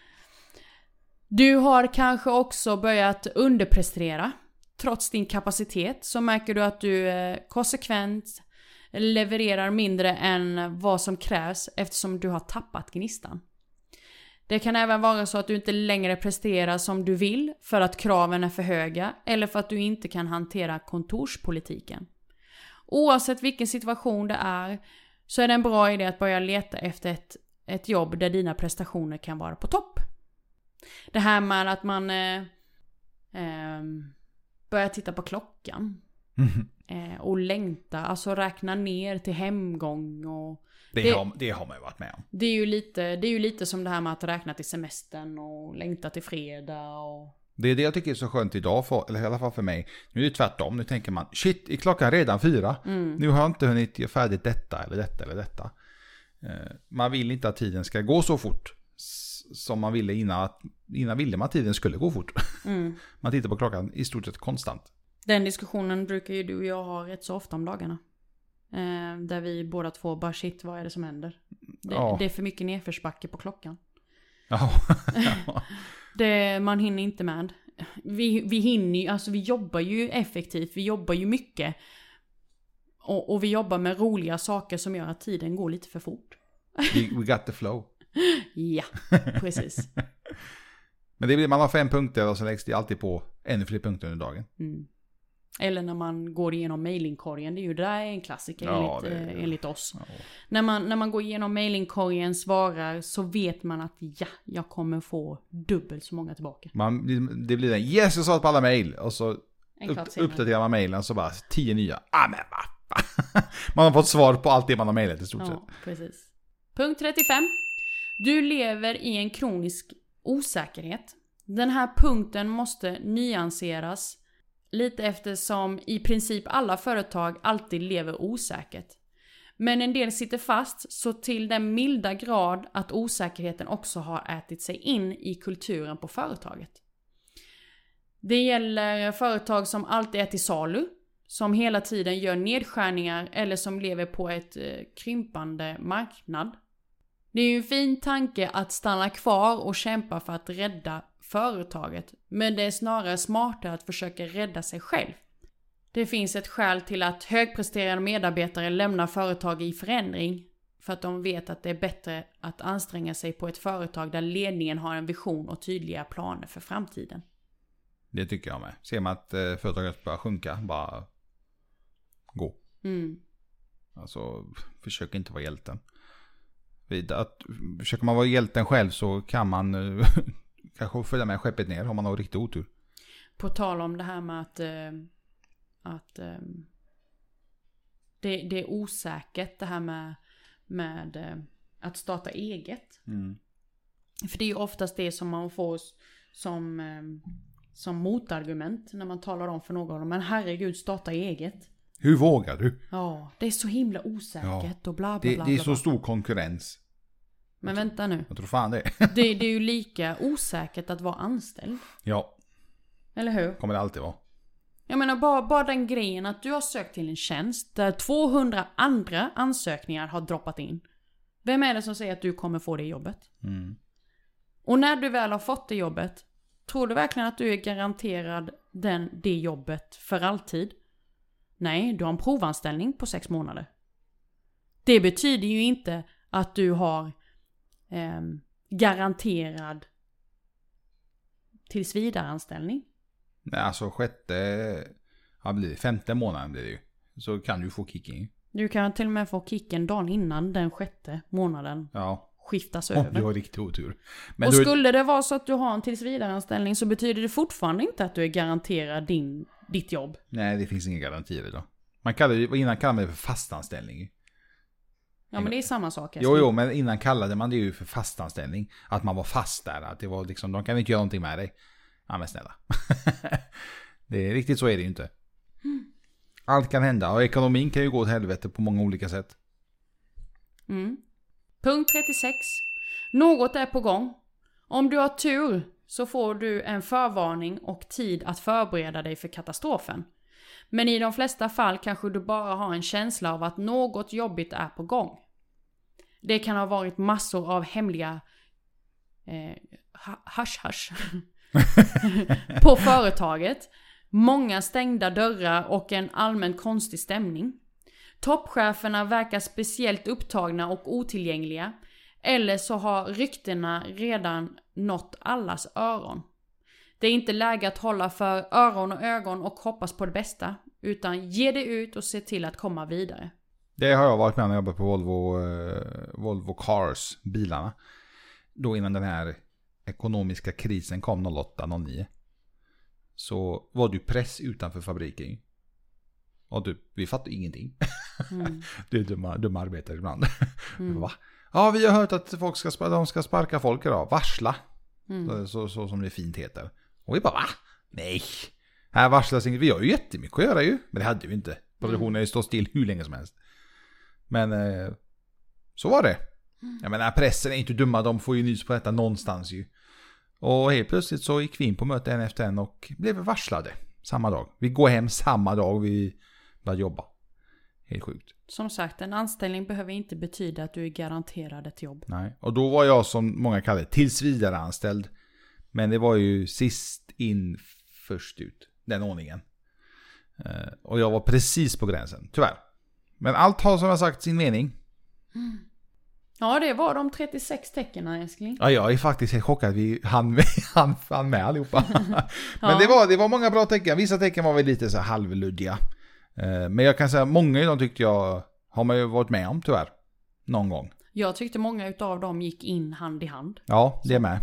Du har kanske också börjat underprestera. Trots din kapacitet så märker du att du eh, konsekvent levererar mindre än vad som krävs eftersom du har tappat gnistan. Det kan även vara så att du inte längre presterar som du vill för att kraven är för höga eller för att du inte kan hantera kontorspolitiken. Oavsett vilken situation det är så är det en bra idé att börja leta efter ett, ett jobb där dina prestationer kan vara på topp. Det här med att man eh, eh, börjar titta på klockan. Eh, och längta, alltså räkna ner till hemgång och det, det, har, det har man ju varit med om. Det är ju lite, det är ju lite som det här med att räkna till semestern och längta till fredag och... Det är det jag tycker är så skönt idag, för, eller i alla fall för mig. Nu är det tvärtom, nu tänker man shit, är klockan redan fyra? Mm. Nu har jag inte hunnit göra färdigt detta eller detta eller detta. Eh, man vill inte att tiden ska gå så fort som man ville innan, att, innan ville man att tiden skulle gå fort. Mm. Man tittar på klockan i stort sett konstant. Den diskussionen brukar ju du och jag ha rätt så ofta om dagarna. Eh, där vi båda två bara shit, vad är det som händer? Det, ja. det är för mycket nedförsbacke på klockan. Ja. det, man hinner inte med. Vi, vi hinner ju, alltså vi jobbar ju effektivt, vi jobbar ju mycket. Och, och vi jobbar med roliga saker som gör att tiden går lite för fort. we, we got the flow. Ja, precis. Men det blir, man har fem punkter och så läggs det alltid på ännu fler punkter under dagen. Mm. Eller när man går igenom mailingkorgen, det är ju det där är en klassiker ja, enligt, det, enligt oss. Ja. När, man, när man går igenom mailingkorgen, svarar, så vet man att ja, jag kommer få dubbelt så många tillbaka. Man, det blir den, yes jag sa på alla mail och så upp, uppdaterar man mailen så bara tio nya. Ah, men va? Man har fått svar på allt det man har mailat i stort ja, sett. Precis. Punkt trettiofem. Du lever i en kronisk osäkerhet. Den här punkten måste nyanseras lite eftersom i princip alla företag alltid lever osäkert. Men en del sitter fast så till den milda grad att osäkerheten också har ätit sig in i kulturen på företaget. Det gäller företag som alltid är till salu, som hela tiden gör nedskärningar eller som lever på ett eh, krympande marknad. Det är ju en fin tanke att stanna kvar och kämpa för att rädda företaget, men det är snarare smartare att försöka rädda sig själv. Det finns ett skäl till att högpresterande medarbetare lämnar företag i förändring, för att de vet att det är bättre att anstränga sig på ett företag där ledningen har en vision och tydliga planer för framtiden. Det tycker jag med. Ser man att eh, företaget börjar sjunka, bara gå. Mm. Alltså, försök inte vara hjälten. Att, försöker man vara hjälten själv så kan man eh, kanske följa med skeppet ner om man har riktigt otur. På tal om det här med att, eh, att eh, det, det är osäkert det här med, med eh, att starta eget. Mm. För det är ju oftast det som man får som, eh, som motargument när man talar om för någon. Men herregud, starta eget. Hur vågar du? Ja, det är så himla osäkert ja. och bla bla bla. Det, det är så stor konkurrens. Men vänta nu. Jag tror fan det. det. Det är ju lika osäkert att vara anställd. Ja. Eller hur? Kommer det alltid vara. Jag menar bara, bara den grejen att du har sökt till en tjänst där tvåhundra andra ansökningar har droppat in. Vem är det som säger att du kommer få det jobbet? Mm. Och när du väl har fått det jobbet, tror du verkligen att du är garanterad den, det jobbet för alltid? Nej, du har en provanställning på sex månader. Det betyder ju inte att du har eh, garanterad tillsvidareanställning. Nej, alltså sjätte, ja, blir det, femte månaden blir det ju. Så kan du få kicken. Du kan till och med få kicken dagen innan den sjätte månaden ja. skiftas oh, över. Du har riktigt otur. Men och du... skulle det vara så att du har en tillsvidareanställning så betyder det fortfarande inte att du är garanterad din, ditt jobb. Nej, det finns inga garantier idag. Man kallade det, innan kallade man det för fastanställning. Ja, men det är samma sak. Jo, jo, men innan kallade man det ju för fastanställning. Att man var fast där. Att det var liksom, de kan inte göra någonting med dig. Ja, men snälla. Det är riktigt så är det ju inte. Mm. Allt kan hända. Och ekonomin kan ju gå åt helvete på många olika sätt. Mm. Punkt trettiosex. Något är på gång. Om du har tur så får du en förvarning och tid att förbereda dig för katastrofen. Men i de flesta fall kanske du bara har en känsla av att något jobbigt är på gång. Det kan ha varit massor av hemliga eh, hash hash på företaget. Många stängda dörrar och en allmän konstig stämning. Toppcheferna verkar speciellt upptagna och otillgängliga. Eller så har ryktena redan nått allas öron. Det är inte läge att hålla för öron och ögon och hoppas på det bästa. Utan ge det ut och se till att komma vidare. Det har jag varit med när jag jobbade på Volvo, eh, Volvo Cars, bilarna. Då innan den här ekonomiska krisen kom noll åtta noll nio. Så var det ju press utanför fabriken. Och du, vi fattar ingenting. Mm. Det är dumma, dumma arbetare ibland. Mm. Va? Ja, vi har hört att folk ska, de ska sparka folk idag. Varsla. Mm. Så, så, så som det fint heter. Och vi bara, va? Nej. Här varslas inget. Vi har ju jättemycket att göra ju. Men det hade vi inte. Produktionen mm. står still hur länge som helst. Men eh, så var det. Mm. Jag menar, pressen är inte dumma. De får ju nys på detta någonstans ju. Och helt plötsligt så gick vi in på möte en efter en och blev varslade samma dag. Vi går hem samma dag vi började jobba. Helt sjukt. Som sagt, en anställning behöver inte betyda att du är garanterad ett jobb. Nej, och då var jag som många kallar det tillsvidare anställd. Men det var ju sist in först ut, den ordningen. Uh, och jag var precis på gränsen, tyvärr. Men allt har som jag sagt sin mening. Mm. Ja, det var de trettiosex tecknen, älskling. Ja, jag är faktiskt helt chockad. Vi hann med, hann, hann med allihopa. Men ja. det, var, det var många bra tecken. Vissa tecken var väl lite så halvluddiga. Men jag kan säga att många av dem tyckte jag har man ju varit med om tyvärr. Någon gång. Jag tyckte många av dem gick in hand i hand. Ja, det är med.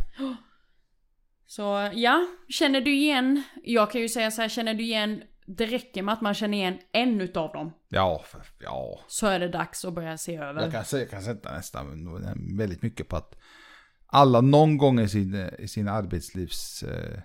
Så ja, känner du igen, jag kan ju säga så här, känner du igen, det räcker med att man känner igen en utav dem. Ja, för, ja. Så är det dags att börja se över. Jag kan, jag kan sätta nästan väldigt mycket på att alla någon gång i sin, i sin arbetslivs... Eh,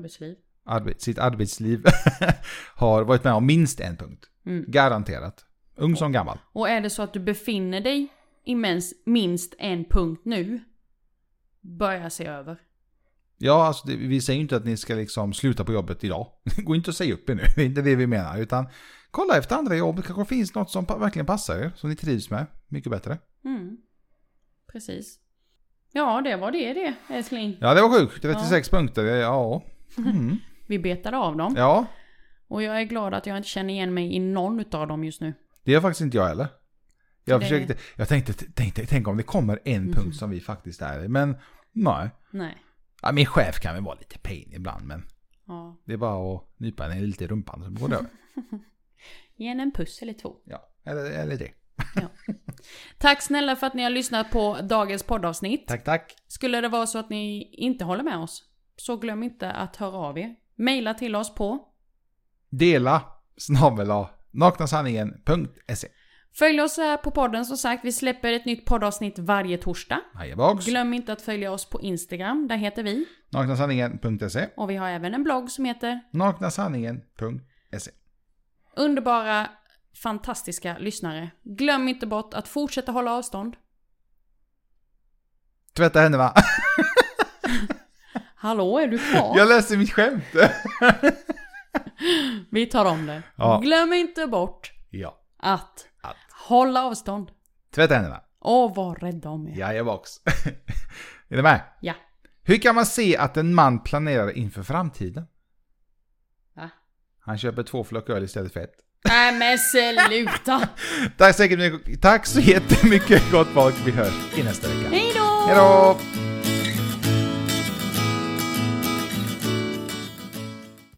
Arbetsliv. Arbet, sitt arbetsliv har varit med om minst en punkt. Mm. Garanterat. Ung som gammal. Och är det så att du befinner dig i minst, minst en punkt nu, börja se över. Ja, alltså det, vi säger inte att ni ska liksom sluta på jobbet idag. Gå inte och säga upp er nu, det är inte det vi menar. Utan kolla efter andra jobb, det kanske finns något som verkligen passar er, som ni trivs med. Mycket bättre. Mm. Precis. Ja, det var det det, älskling. Ja, det var sjukt. trettiosex ja. punkter, ja. Mm. Vi betade av dem. Ja. Och jag är glad att jag inte känner igen mig i någon av dem just nu. Det är faktiskt inte jag heller. Jag det... försökte, jag tänkte, tänkte, tänk om det kommer en mm. punkt som vi faktiskt är i. Men nej. Nej. Ja, min chef kan väl vara lite pain ibland, men ja. Det är bara att nypa den lite i rumpan så går det över. Ge en puss eller två. Ja, eller, eller det. Ja. Tack snälla för att ni har lyssnat på dagens poddavsnitt. Tack, tack. Skulle det vara så att ni inte håller med oss, så glöm inte att höra av er. Maila till oss på dela snabel-a naknasanningen punkt se. Följ oss här på podden, som sagt. Vi släpper ett nytt poddavsnitt varje torsdag. Hejabaks. Glöm inte att följa oss på Instagram. Där heter vi naknasanningen punkt se. Och vi har även en blogg som heter naknasanningen punkt se. Underbara, fantastiska lyssnare. Glöm inte bort att fortsätta hålla avstånd. Tvätta händerna. Hallå, är du kvar? Jag läser mitt skämt. Vi tar om det. Ja. Glöm inte bort ja. att, att hålla avstånd. Tvätta händerna. Och var rädda om er. Jajebox. Är du med? Ja. Hur kan man se att en man planerar inför framtiden? Va? Han köper två flock öl istället för ett. Nej men sluta. Tack så mycket. Tack så jättemycket gott folk. Vi hörs i nästa vecka. Hej då. Hej då.